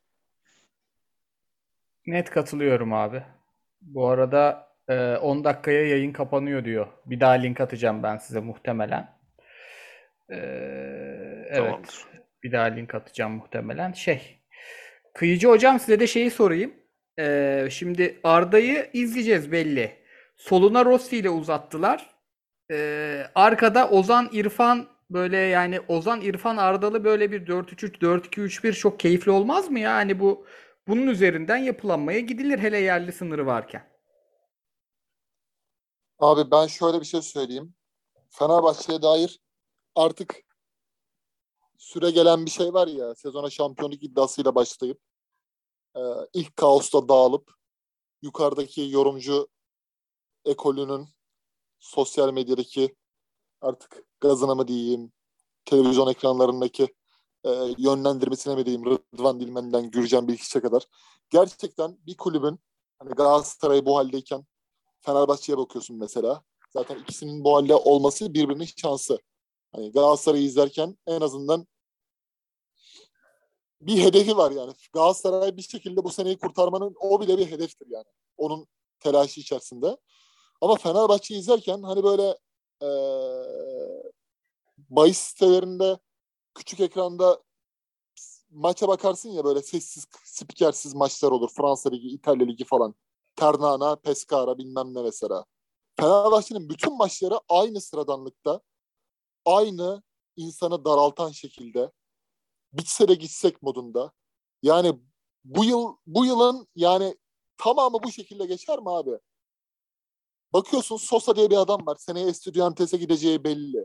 A: net katılıyorum abi. Bu arada e, on dakikaya yayın kapanıyor diyor. Bir daha link atacağım ben size muhtemelen. E, evet.
B: Tamamdır.
A: Bir daha link atacağım muhtemelen. Şey. Kıyıcı hocam size de şeyi sorayım. E, şimdi Arda'yı izleyeceğiz belli. Soluna Rossi ile uzattılar. E, arkada Ozan İrfan böyle yani Ozan İrfan Ardalı böyle bir dört üç üç dört iki üç bir çok keyifli olmaz mı ya? Hani bu bunun üzerinden yapılanmaya gidilir hele yerli sınırı varken.
C: Abi ben şöyle bir şey söyleyeyim. Fenerbahçe'ye dair artık süre gelen bir şey var ya, sezona şampiyonluk iddiasıyla başlayıp e, ilk kaosta dağılıp yukarıdaki yorumcu ekolünün sosyal medyadaki artık gazına mı diyeyim, televizyon ekranlarındaki e, yönlendirmesine mi diyeyim, Rıdvan Dilmen'den Gürcan Bilgiç'e kadar gerçekten bir kulübün, hani Galatasaray bu haldeyken Fenerbahçe'ye bakıyorsun mesela. Zaten ikisinin bu halde olması birbirinin şansı. Hani Galatasaray'ı izlerken en azından bir hedefi var yani. Galatasaray bir şekilde bu seneyi kurtarmanın o bile bir hedeftir yani. Onun telaşı içerisinde. Ama Fenerbahçe'yi izlerken hani böyle e, bahis sitelerinde küçük ekranda maça bakarsın ya, böyle sessiz, spikersiz maçlar olur. Fransa Ligi, İtalya Ligi falan. Ternana, Pescara bilmem ne mesela. Fenerbahçe'nin bütün maçları aynı sıradanlıkta, aynı insanı daraltan şekilde, bitse de gitsek modunda. Yani bu yıl bu yılın yani tamamı bu şekilde geçer mi abi? Bakıyorsun Sosa diye bir adam var. Seneye Estudiantes'e gideceği belli.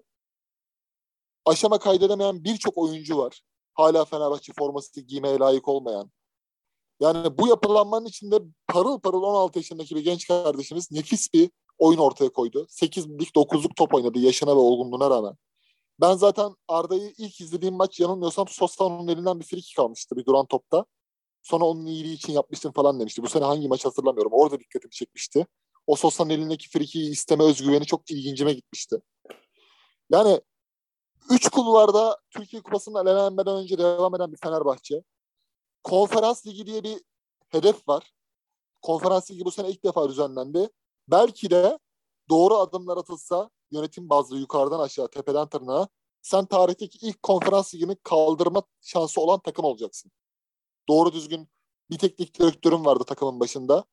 C: Aşama kaydedemeyen birçok oyuncu var. Hala Fenerbahçe forması giymeye layık olmayan. Yani bu yapılanmanın içinde parıl parıl on altı yaşındaki bir genç kardeşimiz nefis bir oyun ortaya koydu. sekizlik dokuzluk top oynadı yaşına ve olgunluğuna rağmen. Ben zaten Arda'yı ilk izlediğim maç yanılmıyorsam Sosa'nın elinden bir friki kalmıştı bir duran topta. Sonra onun iyiliği için yapmıştım falan demişti. Bu sene hangi maç hatırlamıyorum. Orada dikkatimi çekmişti. O Sosa'nın elindeki frikiyi isteme özgüveni çok ilgincime gitmişti. Yani üç kulvarda Türkiye Kupası'nın elenmeden önce devam eden bir Fenerbahçe. Konferans Ligi diye bir hedef var. Konferans Ligi bu sene ilk defa düzenlendi. Belki de doğru adımlar atılsa yönetim bazlı yukarıdan aşağı tepeden tırnağa sen tarihteki ilk konferans ligini kaldırma şansı olan takım olacaksın. Doğru düzgün bir teknik direktörüm vardı takımın başında.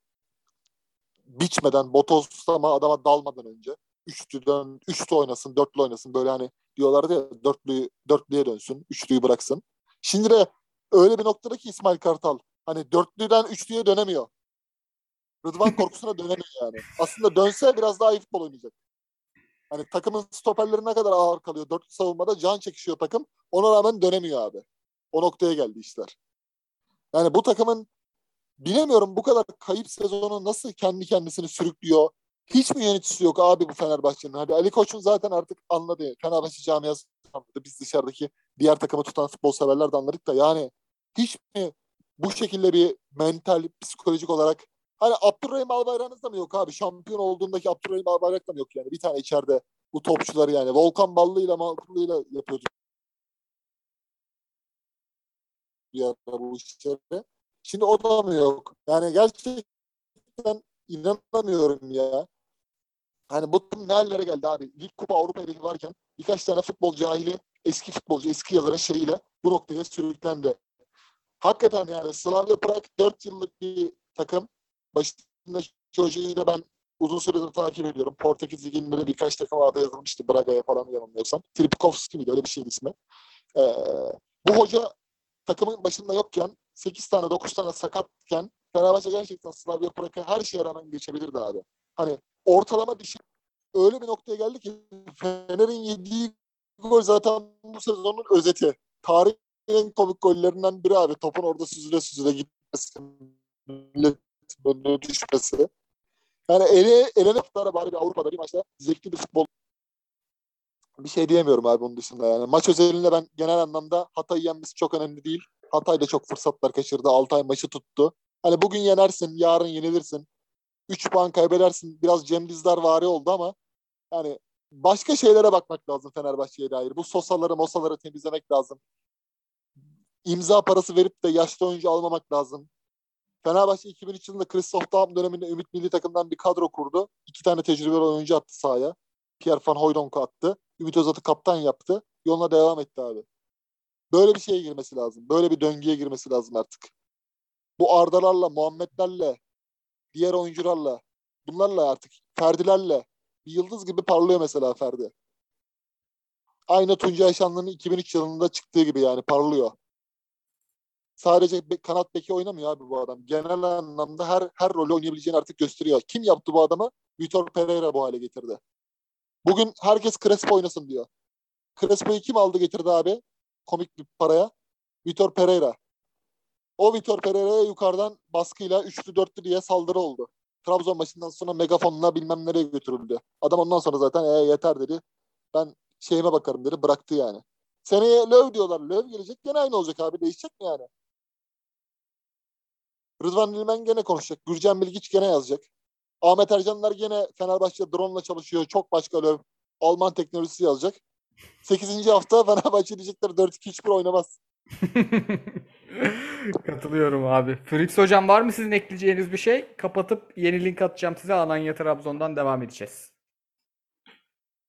C: Biçmeden, botoslama adama dalmadan önce. Üçlüden, üçlü oynasın, dörtlü oynasın. Böyle hani diyorlardı ya dörtlü, dörtlüye dönsün, üçlüyü bıraksın. Şimdi de öyle bir noktada ki İsmail Kartal hani dörtlüden üçlüye dönemiyor. Rıdvan korkusuna dönemiyor yani. Aslında dönse biraz daha iyi futbol oynayacak. Hani takımın stoperleri ne kadar ağır kalıyor. Dörtlü savunmada can çekişiyor takım. Ona rağmen dönemiyor abi. O noktaya geldi işler. Yani bu takımın bilemiyorum bu kadar kayıp sezonu nasıl kendi kendisini sürüklüyor. Hiç mi yöneticisi yok abi bu Fenerbahçe'nin? Hadi Ali Koç'un zaten artık anladı. Fenerbahçe camiası anladı. Biz dışarıdaki diğer takımı tutan futbol severler de anladık da yani hiç mi bu şekilde bir mental, psikolojik olarak hani Abdurrahim Albayrak'ınız da mı yok abi? Şampiyon olduğundaki Abdurrahim Albayrak da mı yok yani? Bir tane içeride bu topçuları yani. Volkan Ballı'yla Maltı'yla yapıyordu bir ara bu işleri. Şimdi o da mı yok? Yani gerçekten inanamıyorum ya. Hani bu ne hallere geldi abi. Lig Kupa Avrupa hedefi varken birkaç tane futbol cahili, eski futbolcu, eski yazarın şeyiyle bu noktaya sürüklendi. Hakikaten yani Slavia Prag dört yıllık bir takım. Başındaki çocuğu da ben uzun süredir takip ediyorum. Portekiz Ligi'nde de birkaç takım adı yazılmıştı. Braga'ya falan yanılmıyorsam. Tripkovski miydi? Öyle bir şeydi ismi. Ee, bu hoca takımın başında yokken sekiz tane dokuz tane sakatken Fenerbahçe gerçekten Slavia Prag'a her şeye rağmen geçebilirdi abi. Hani ortalama bir şey öyle bir noktaya geldi ki Fener'in yediği gol zaten bu sezonun özeti. Tarihin en komik gollerinden biri abi. Topun orada süzüle süzüle gitmesi, milletin önüne düşmesi. Yani ele, elene tutarla bari bir Avrupa'da bir maçta zevkli bir futbol bir şey diyemiyorum abi onun dışında yani. Maç özelinde ben genel anlamda Hatay'ı yenmesi çok önemli değil. Hatay da çok fırsatlar kaçırdı. Altay maçı tuttu. Hani bugün yenersin, yarın yenilirsin. üç puan kaybedersin. Biraz Cem Dizdarvari oldu ama yani başka şeylere bakmak lazım Fenerbahçe'ye dair. Bu Sosaları, Mosaları temizlemek lazım. İmza parası verip de yaşlı oyuncu almamak lazım. Fenerbahçe iki bin üç yılında Christoph Daum döneminde Ümit Milli Takım'dan bir kadro kurdu. İki tane tecrübeli oyuncu attı sahaya. Pierre Van Hooydonk'u attı. Ümit Özat'ı kaptan yaptı. Yoluna devam etti abi. Böyle bir şeye girmesi lazım. Böyle bir döngüye girmesi lazım artık. Bu Ardalarla, Muhammedlerle, diğer oyuncularla, bunlarla artık Ferdilerle bir yıldız gibi parlıyor mesela Ferdi. Aynı Tuncay Şanlı'nın iki bin üç yılında çıktığı gibi yani parlıyor. Sadece be- kanat beki oynamıyor abi bu adam. Genel anlamda her her rolü oynayabileceğini artık gösteriyor. Kim yaptı bu adamı? Vitor Pereira bu hale getirdi. Bugün herkes Crespo oynasın diyor. Crespo'yu kim aldı getirdi abi? Komik bir paraya. Vitor Pereira. O Vitor Pereira'ya yukarıdan baskıyla üçlü dörtlü diye saldırı oldu. Trabzon maçından sonra megafonla bilmem nereye götürüldü. Adam ondan sonra zaten e, yeter dedi. Ben şeyime bakarım dedi. Bıraktı yani. Seneye Löw diyorlar. Löw gelecek gene aynı olacak abi. Değişecek mi yani? Rıdvan Dilmen gene konuşacak. Gürcan Bilgiç gene yazacak. Ahmet Ercanlar gene Fenerbahçe drone'la çalışıyor. Çok başka Löw. Alman teknolojisi yazacak. sekizinci hafta Fenerbahçe diyecekler dört iki üç bir oynamaz.
A: Katılıyorum abi. Fritz hocam var mı sizin ekleyeceğiniz bir şey? Kapatıp yeni link atacağım size. Alanya Trabzon'dan devam edeceğiz.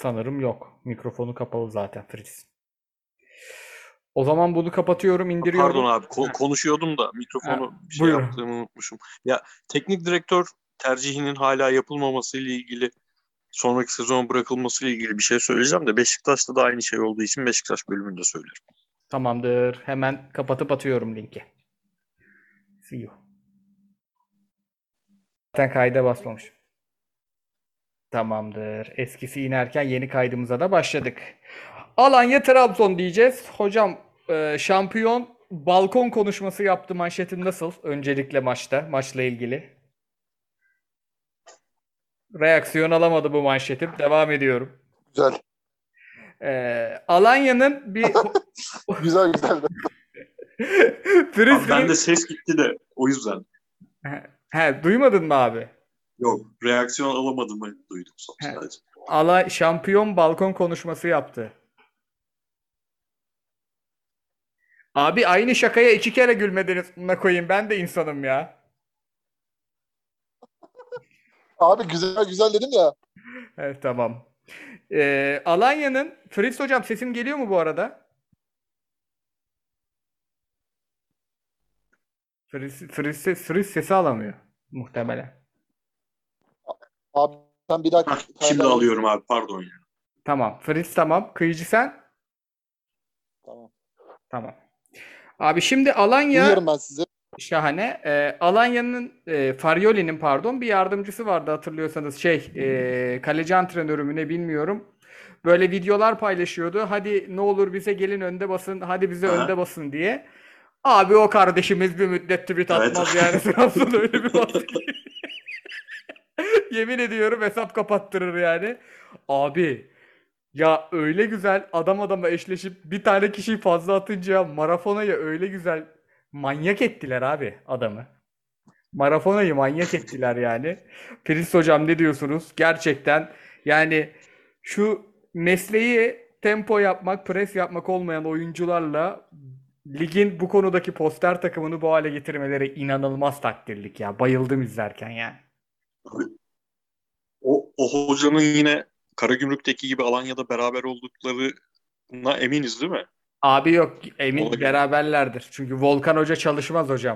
A: Sanırım yok. Mikrofonu kapalı zaten Fritz. O zaman bunu kapatıyorum, indiriyorum.
B: Pardon abi ko- konuşuyordum da
A: Ha,
B: mikrofonu şey
A: buyurun.
B: yaptığımı unutmuşum. Ya teknik direktör tercihinin hala yapılmaması ile ilgili sonraki sezon bırakılması ile ilgili bir şey söyleyeceğim de Beşiktaş'ta da aynı şey olduğu için Beşiktaş bölümünde söylerim.
A: Tamamdır. Hemen kapatıp atıyorum linki. See you. Zaten kayda basmamış. Tamamdır. Eskisi inerken yeni kaydımıza da başladık. Alanya Trabzon diyeceğiz. Hocam e, şampiyon balkon konuşması yaptı, manşetin nasıl? Öncelikle maçta, maçla ilgili. Reaksiyon alamadı bu manşetim. Devam ediyorum.
C: Güzel.
A: E, Alanya'nın bir
C: Güzel güzel.
B: Abi ben de
A: Frisbee'nin...
B: ses gitti de o yüzden.
A: He, duymadın mı abi?
B: Yok, reaksiyon alamadığımı duydum
A: He.
B: sadece.
A: Ala şampiyon balkon konuşması yaptı. Abi aynı şakaya iki kere gülmediniz. Buna koyayım, ben de insanım ya.
C: Abi güzel güzel dedim ya.
A: Evet, tamam. Ee, Alanya'nın Fritz hocam, sesim geliyor mu bu arada? Fritz, Fritz, ses- Fritz sesi alamıyor muhtemelen.
C: Abi sen bir daha
B: Hah, şimdi alıyorum abi pardon ya.
A: Tamam. Fritz tamam. Kıyıcı sen?
C: Tamam.
A: Tamam. Abi şimdi Alanya
C: Duyuyorum ben sizi.
A: şahane. Ee, Alanya'nın e, Farioli'nin pardon bir yardımcısı vardı, hatırlıyorsanız, şey e, kaleci antrenörü mü ne bilmiyorum. Böyle videolar paylaşıyordu. Hadi ne olur bize gelin önde basın. Hadi bize
B: Aha.
A: önde basın diye. Abi o kardeşimiz bir müddet tweet
B: Evet.
A: atmaz yani. Trabzon öyle bir baskı. Yemin ediyorum hesap kapattırır yani. Abi ya öyle güzel adam adama eşleşip bir tane kişiyi fazla atınca Marafona'ya öyle güzel manyak ettiler abi adamı. Marafona'yı manyak ettiler yani. Filiz hocam ne diyorsunuz? Gerçekten yani şu mesleği tempo yapmak, pres yapmak olmayan oyuncularla ligin bu konudaki poster takımını bu hale getirmeleri inanılmaz takdirlik ya. Bayıldım izlerken yani.
B: O, o hocanın yine Karagümrük'teki gibi Alanya'da beraber olduklarına eminiz değil mi?
A: Abi yok,
B: Ona
A: emin
B: göre.
A: beraberlerdir. Çünkü Volkan Hoca çalışmaz hocam.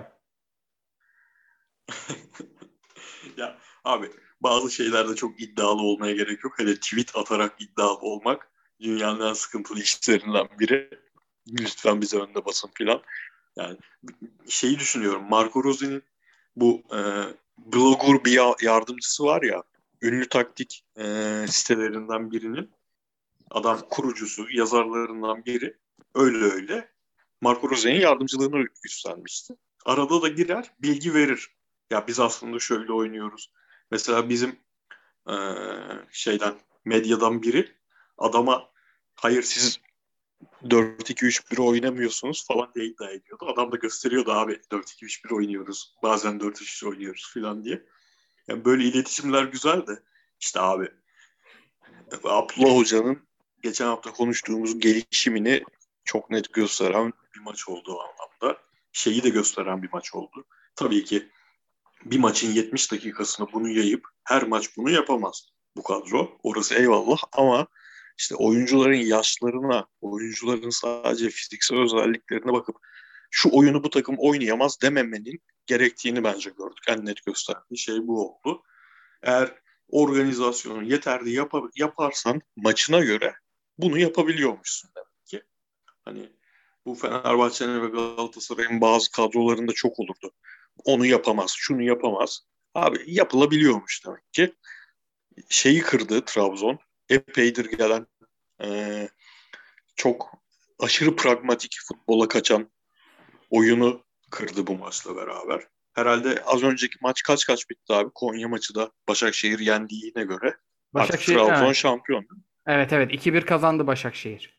B: Ya abi bazı şeylerde çok iddialı olmaya gerek yok. Hele tweet atarak iddialı olmak dünyanın en sıkıntılı işlerinden biri. Lütfen bize önde basın filan. Yani şeyi düşünüyorum. Marco Rosi'nin bu e, blogger bir ya- yardımcısı var ya, ünlü taktik e, sitelerinden birinin adam kurucusu, yazarlarından biri. Öyle öyle. Marco Rosi'nin yardımcılığını üstlenmişti. Arada da girer, bilgi verir. Ya biz aslında şöyle oynuyoruz. Mesela bizim e, şeyden, medyadan biri adama hayır siz dört iki üç bir oynamıyorsunuz falan diye iddia ediyordu. Adam da gösteriyordu abi dört iki üç bir oynuyoruz. Bazen dört üç üç oynuyoruz falan diye. Yani böyle iletişimler güzel de işte abi Abdullah Hoca'nın geçen hafta konuştuğumuz gelişimini çok net gösteren bir maç oldu o anlamda. Şeyi de gösteren bir maç oldu. Tabii ki bir maçın yetmiş dakikasını bunu yayıp her maç bunu yapamaz bu kadro. Orası eyvallah ama işte oyuncuların yaşlarına, oyuncuların sadece fiziksel özelliklerine bakıp şu oyunu bu takım oynayamaz dememenin gerektiğini bence gördük. En net gösterdiği şey bu oldu. Eğer organizasyonu yeterli yap- yaparsan maçına göre bunu yapabiliyormuşsun demek ki. Hani bu Fenerbahçe'nin ve Galatasaray'ın bazı kadrolarında çok olurdu. Onu yapamaz, şunu yapamaz. Abi yapılabiliyormuş demek ki. Şeyi kırdı Trabzon. Epeydir gelen e, çok aşırı pragmatik futbola kaçan oyunu kırdı bu maçla beraber. Herhalde az önceki maç kaç kaç bitti abi? Konya maçı da Başakşehir yendiğine göre artık
A: Başakşehir,
B: Trabzon
A: evet.
B: şampiyon.
A: Evet evet, iki bir kazandı Başakşehir.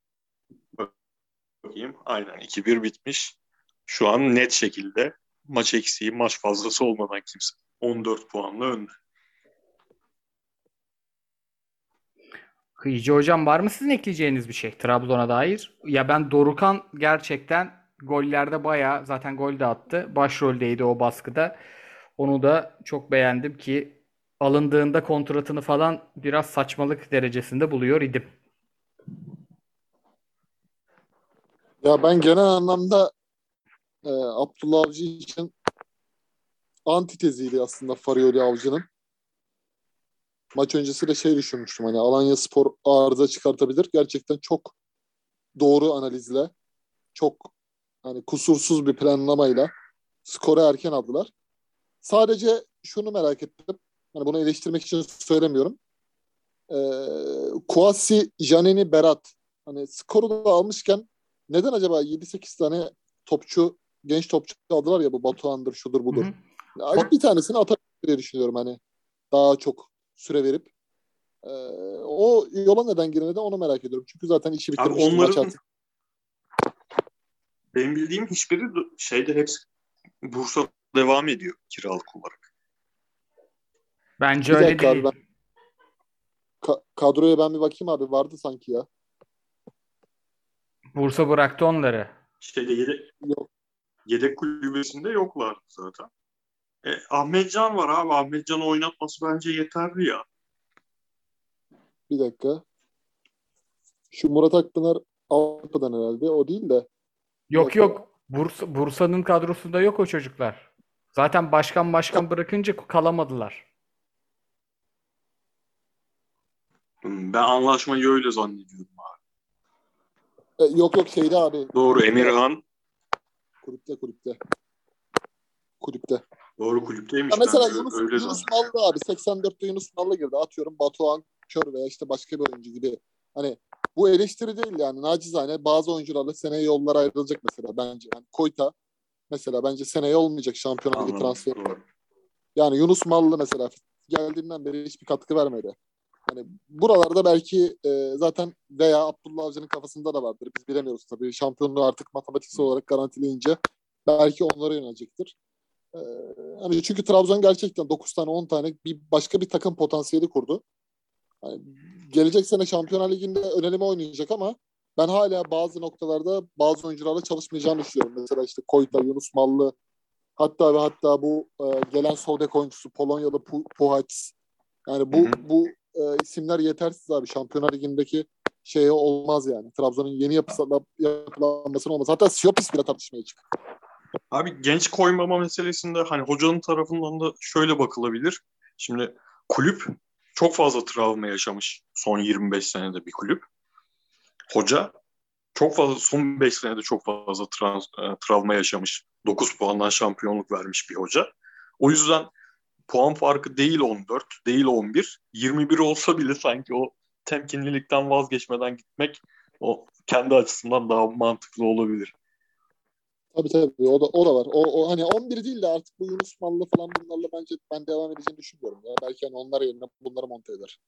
B: Bakayım. Aynen iki bir bitmiş. Şu an net şekilde maç eksiği, maç fazlası olmadan kimse on dört puanla önde.
A: Kıyıcı hocam, var mı sizin ekleyeceğiniz bir şey Trabzon'a dair? Ya ben Dorukhan gerçekten gollerde bayağı, zaten gol de attı. Başroldeydi o baskıda. Onu da çok beğendim ki alındığında kontratını falan biraz saçmalık derecesinde buluyor idim.
C: Ya ben genel anlamda e, Abdullah Avcı için antiteziydi aslında Farioli Avcı'nın. Maç öncesi de şey düşünmüştüm, hani Alanyaspor arıza çıkartabilir. Gerçekten çok doğru analizle, çok hani kusursuz bir planlamayla skoru erken aldılar. Sadece şunu merak ettim. Hani bunu eleştirmek için söylemiyorum. Ee, Kouassi, Janini, Berat. Hani skoru da almışken neden acaba yedi sekiz tane topçu, genç topçu aldılar ya, bu Batuhan'dır, şudur
A: Hı
C: budur.
A: hı.
C: Ya bir tanesini atabilir diye düşünüyorum, hani daha çok süre verip. Ee, o yola neden girmedi onu merak ediyorum. Çünkü zaten işi
B: Abi
C: bitirmişti maç
B: onların
C: artık.
B: benim bildiğim hiçbiri de- şeyde hepsi Bursa devam ediyor kiralık olarak.
A: Bence
C: Bir
A: öyle
C: dakika abi, ben
A: değil.
C: ka- kadroya ben bir bakayım abi, vardı sanki ya.
A: Bursa bıraktı onları.
B: Şeyde yedek,
C: Yok,
B: yedek kulübesinde yoklar zaten. E, Ahmetcan var abi. Ahmetcan'ı oynatması bence yeterli ya.
C: bir dakika. Şu Murat Akpınar Avrupa'dan herhalde. O değil de. Bir
A: Yok
C: dakika.
A: yok. Bursa, Bursa'nın kadrosunda yok o çocuklar. Zaten başkan başkan bırakınca kalamadılar.
B: Hmm, Ben anlaşmayı öyle zannediyorum.
C: E, yok yok, şeyde abi.
B: Doğru
C: Kulüpte.
B: Emirhan.
C: Kulüpte kulüpte. Kulüpte.
B: Doğru
C: Ya
B: kulüpteymiş. Ben
C: mesela
B: ö-
C: Yunus
B: öyle
C: Yunus
B: zannediyorum.
C: Nallı abi, seksen dörtte Yunus Nallı girdi. Atıyorum Batuhan Kör veya işte başka bir oyuncu gibi. Hani bu eleştiri değil yani. Nacizane bazı oyuncularla seneye yollar ayrılacak mesela bence. Yani Koyta mesela bence seneye olmayacak Şampiyonlar Ligi
B: Anladım.
C: transferi.
B: Doğru.
C: Yani Yunus Mallı mesela geldiğinden beri hiçbir katkı vermedi. Hani buralarda belki e, zaten veya Abdullah Avcı'nın kafasında da vardır. Biz bilemiyoruz tabii. Şampiyonluğu artık matematiksel olarak garantileyince belki onlara yönelecektir. E, hani çünkü Trabzon gerçekten dokuz tane on tane bir başka bir takım potansiyeli kurdu. Hani gelecek sene Şampiyonlar Ligi'nde ön eleme oynayacak ama ben hala bazı noktalarda bazı oyuncularla çalışmayacağını düşünüyorum. Mesela işte Koyta, Yunus Mallı, hatta ve hatta bu e, gelen sol bek oyuncusu Polonyalı Pu- Puhac. Yani
B: Hı
C: bu
B: hı.
C: bu e, isimler yetersiz abi. Şampiyonlar Ligi'ndeki şeye olmaz yani. Trabzon'un yeni yapısala, yapılanmasına olmaz. Hatta Siopis bile tartışmaya çık.
B: Abi genç koymama meselesinde hani hocanın tarafından da şöyle bakılabilir. Şimdi kulüp çok fazla travma yaşamış son yirmi beş senede bir kulüp. Hoca çok fazla son beş senede çok fazla trans, e, travma yaşamış. dokuz puandan şampiyonluk vermiş bir hoca. O yüzden puan farkı değil on dört, değil on bir. yirmi bir olsa bile sanki o temkinlilikten vazgeçmeden gitmek o kendi açısından daha mantıklı olabilir.
C: Tabii tabii, o da o da var. O, o hani on bir değil de artık bu Yunus Mallı falan bunlarla bence ben devam edeceğini düşünmüyorum ya. Belki hani onlar yerine bunları monte eder.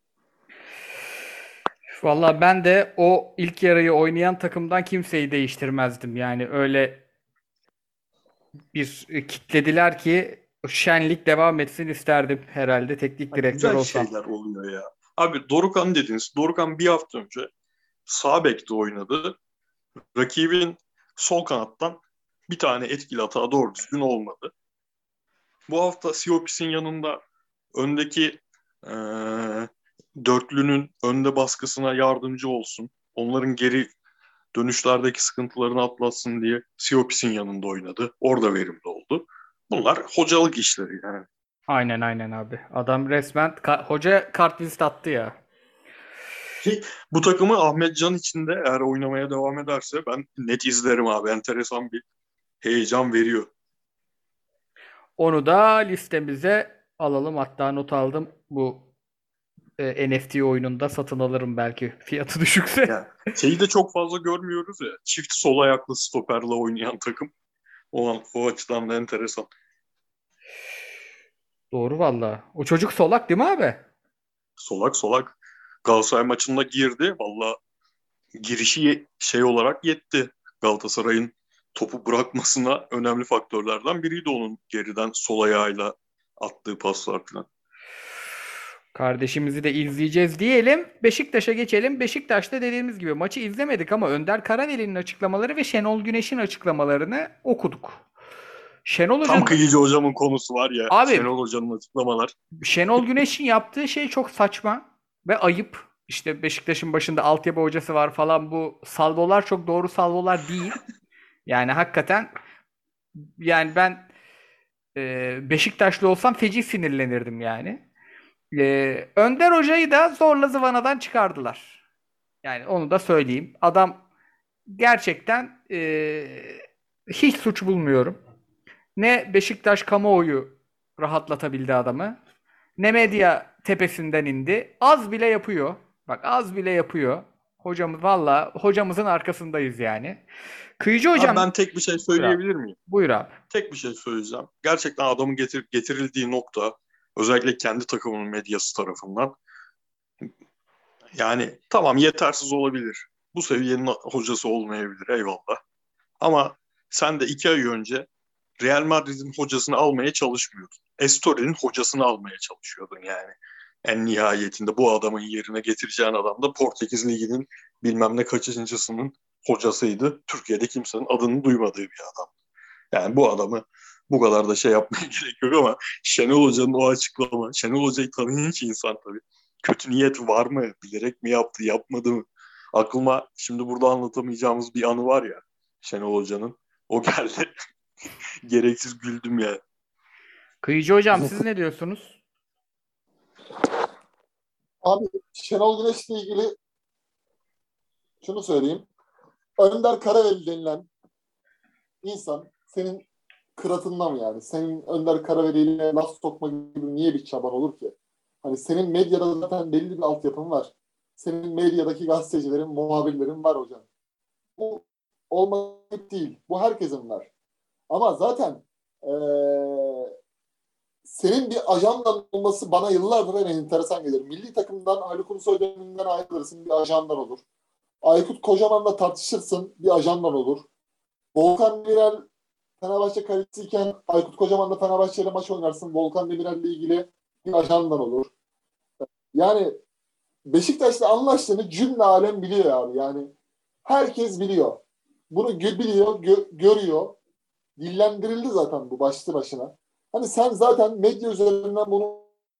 A: Valla ben de o ilk yarıyı oynayan takımdan kimseyi değiştirmezdim. Yani öyle bir e, kitlediler ki şenlik devam etsin isterdim herhalde teknik
B: Ha,
A: direktör
B: güzel
A: olsam.
B: şeyler oluyor ya. Abi Dorukhan dediniz. Dorukhan bir hafta önce sağ bekte oynadı. Rakibin sol kanattan bir tane etkili hata doğru düzgün olmadı. Bu hafta Siopis'in yanında öndeki eee, dörtlünün önde baskısına yardımcı olsun. Onların geri dönüşlerdeki sıkıntılarını atlatsın diye Siopis'in yanında oynadı. Orada verimli oldu. Bunlar hocalık işleri yani.
A: Aynen aynen abi. Adam resmen ka- hoca kartvizit attı ya.
B: Ki bu takımı Ahmet Can için de eğer oynamaya devam ederse ben net izlerim abi. Enteresan bir heyecan veriyor.
A: Onu da listemize alalım. Hatta not aldım. Bu e, N F T oyununda satın alırım belki fiyatı düşükse.
B: Yani şeyi de çok fazla görmüyoruz ya. Çift sol ayaklı stoperle oynayan takım. O, an, o açıdan da enteresan.
A: Doğru valla. O çocuk solak değil mi abi?
B: Solak solak Galatasaray maçında girdi. Valla girişi ye- şey olarak yetti. Galatasaray'ın topu bırakmasına önemli faktörlerden biriydi onun geriden sol ayağıyla attığı paslar falan.
A: Kardeşimizi de izleyeceğiz diyelim. Beşiktaş'a geçelim. Beşiktaş'ta dediğimiz gibi maçı izlemedik ama Önder Karaveli'nin açıklamaları ve Şenol Güneş'in açıklamalarını okuduk. Şenol
B: Tam
A: Hoca'nın
B: Kıyıcı hocamın konusu var ya.
A: abi
B: Şenol hocanın açıklamalar.
A: Şenol Güneş'in yaptığı şey çok saçma ve ayıp. İşte Beşiktaş'ın başında altyapı hocası var falan, bu salvolar çok doğru salvolar değil. Yani hakikaten, yani ben e, Beşiktaşlı olsam feci sinirlenirdim yani. E, Önder Hoca'yı da zorla zıvanadan çıkardılar. Yani onu da söyleyeyim. Adam gerçekten e, hiç suç bulmuyorum. Ne Beşiktaş kamuoyu rahatlatabildi adamı, ne medya tepesinden indi. Az bile yapıyor. Bak, az bile yapıyor. Hocamız valla, hocamızın arkasındayız yani. Kıyıcı
B: Abi
A: hocam,
B: ben tek bir şey
A: buyur abi.
B: söyleyebilir miyim?
A: Buyur abi.
B: Tek bir şey söyleyeceğim. Gerçekten adamın getir, getirildiği nokta, özellikle kendi takımının medyası tarafından, yani tamam, yetersiz olabilir. Bu seviyenin hocası olmayabilir, eyvallah. Ama sen de iki ay önce Real Madrid'in hocasını almaya çalışmıyordun. Estori'nin hocasını almaya çalışıyordun yani. En nihayetinde bu adamın yerine getireceğin adam da Portekiz Ligi'nin bilmem ne kaçıncısının hocasıydı. Türkiye'de kimsenin adını duymadığı bir adam. Yani bu adamı bu kadar da şey yapmaya gerek yok ama Şenol Hoca'nın o açıklama, Şenol Hoca'yı tanıyan hiç insan tabii. Kötü niyet var mı? Bilerek mi yaptı, yapmadı mı? Aklıma şimdi burada anlatamayacağımız bir anı var ya Şenol Hoca'nın. O geldi. Gereksiz güldüm ya.
A: Kıyıcı hocam, siz ne diyorsunuz?
C: Abi Şenol Güneş'le ilgili şunu söyleyeyim. Önder Karaveli denilen insan senin kıratından mı yani? Senin Önder Karaveli'yle laf sokma gibi niye bir çaban olur ki? Hani senin medyada zaten belli bir altyapın var. Senin medyadaki gazetecilerin, muhabirlerin var hocam. Bu olmayıp değil. Bu herkesin var. Ama zaten eee, senin bir ajandan olması bana yıllardır en enteresan gelir. Milli takımdan Ali Kulusoy döneminden ayrılırsın, bir ajandan olur. Aykut Kocaman'la tartışırsın, bir ajandan olur. Volkan Demirel Fenerbahçe kalecisiyken Aykut Kocaman'la Fenerbahçe'yle maç oynarsın. Volkan Demirel'le ilgili bir ajandan olur. Yani Beşiktaş'la anlaştığını cümle alem biliyor abi. Yani herkes biliyor. Bunu gö- biliyor, gö- görüyor. Dillendirildi zaten bu başlı başına. Hani sen zaten medya üzerinden bunu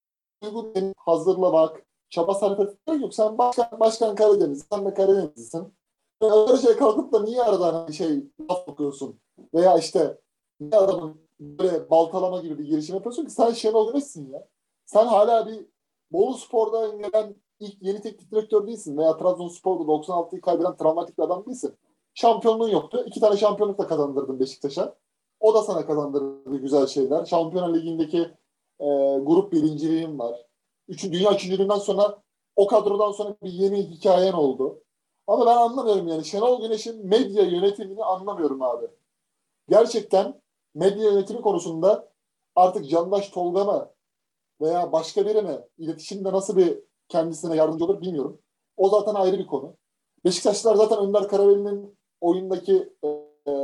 C: uygun hazırlamak, çaba sarf etmek yok. Sen başkan, başkan Karadeniz, sen de Karadenizlisin. Öyle şey kalkıp da niye aradan hani şey laf okuyorsun? Veya işte niye adamın böyle baltalama gibi bir girişim yapıyorsun ki? Sen Şenol Güneş'sin ya. Sen hala bir Bolu Spor'da gelen ilk yeni teknik direktör değilsin. Veya Trabzonspor'da doksan altıyı kaybeden travmatik bir adam değilsin. Şampiyonluğun yoktu. İki tane şampiyonluk da kazandırdın Beşiktaş'a. O da sana kazandırdı güzel şeyler. Şampiyonlar Ligi'ndeki e, grup birinciliğin var. Üçü, dünya üçüncülüğünden sonra o kadrodan sonra bir yeni hikayen oldu. Ama ben anlamıyorum yani. Şenol Güneş'in medya yönetimini anlamıyorum abi. Gerçekten medya yönetimi konusunda artık Candaş Tolga mı veya başka biri mi iletişimde nasıl bir kendisine yardımcı olur bilmiyorum. O zaten ayrı bir konu. Beşiktaşlılar zaten Önder Karaveli'nin oyundaki e,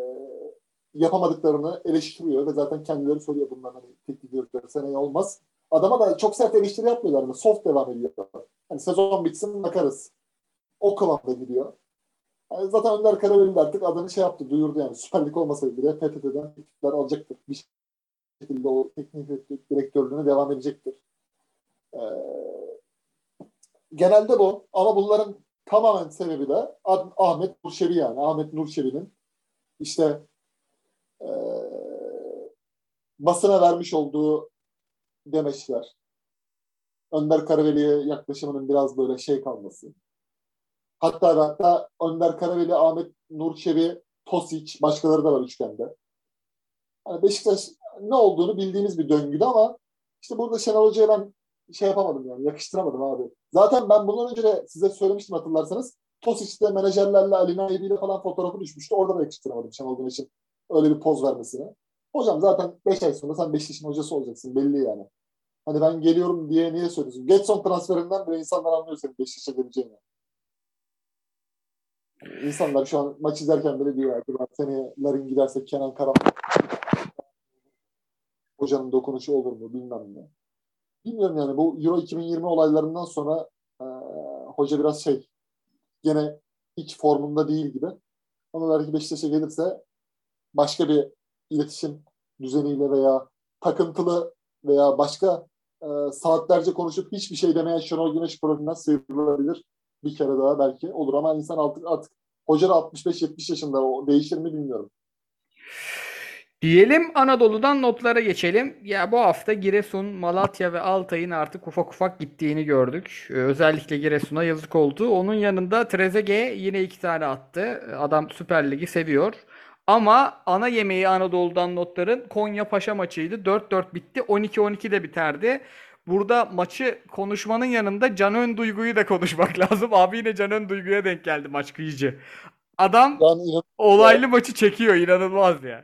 C: yapamadıklarını eleştiriyor ve zaten kendileri söylüyor bunların hani teknik direktör seneye olmaz. Adama da çok sert eleştiri yapmıyorlar. Yani soft devam ediyor. Hani sezon bitsin bakarız. O kıvamda gidiyor. Yani zaten Önder Karaveli de artık adını şey yaptı, duyurdu yani. Süper Lig olmasaydı bile P T T'den teklifler alacaktır. Bir şekilde o teknik direktörlüğüne devam edecektir. Ee, genelde bu. Ama bunların tamamen sebebi de Ahmet Nurçevi yani. Ahmet Nurçevi'nin işte e, basına vermiş olduğu demeçler. Önder Karaveli'ye yaklaşımının biraz böyle şey kalması. Hatta ve hatta Önder Karaveli, Ahmet Nurçevi, Tosic, başkaları da var üçgende. Yani Beşiktaş ne olduğunu bildiğimiz bir döngüdü ama işte burada Şenol Hoca'ya ben şey yapamadım yani yakıştıramadım abi. Zaten ben bundan önce de size söylemiştim hatırlarsanız. Tosic'te menajerlerle Ali Naibi ile falan fotoğrafı düşmüştü. Orada da yakıştıramadım Şenol Güneş'in öyle bir poz vermesine. Hocam zaten beş ay sonra sen Beşiktaş'ın hocası olacaksın belli yani. Hani ben geliyorum diye niye söylüyorsun? Getson transferinden bile insanlar anlıyor senin Beşiktaş'a geleceğini. Yani insanlar şu an maç izlerken bile diyor ki seneye Larin giderse Kenan Karaman hocanın dokunuşu olur mu bilmem ne. Bilmiyorum yani bu Euro iki bin yirmi olaylarından sonra e, hoca biraz şey gene hiç formunda değil gibi. Ama belki Beşiktaş'a gelirse başka bir iletişim düzeniyle veya takıntılı veya başka e, saatlerce konuşup hiçbir şey demeyen Şenol Güneş profilinden sıyrılabilir. Bir kere daha belki olur ama insan artık, artık hoca da altmış beş yetmiş yaşında, o değişir mi bilmiyorum.
A: Diyelim Anadolu'dan notlara geçelim. Ya bu hafta Giresun, Malatya ve Altay'ın artık ufak ufak gittiğini gördük. Ee, özellikle Giresun'a yazık oldu. Onun yanında Trezeguet yine iki tane attı. Adam Süper Lig'i seviyor. Ama ana yemeği Anadolu'dan notların Konya Paşa maçıydı. dört dört bitti. on iki on iki de biterdi. Burada maçı konuşmanın yanında Can Duygu'yu da konuşmak lazım. Abi yine Can Duygu'ya denk geldi maç kıyıcı. Adam
C: Yani inan-
A: olaylı maçı çekiyor. İnanılmaz ya.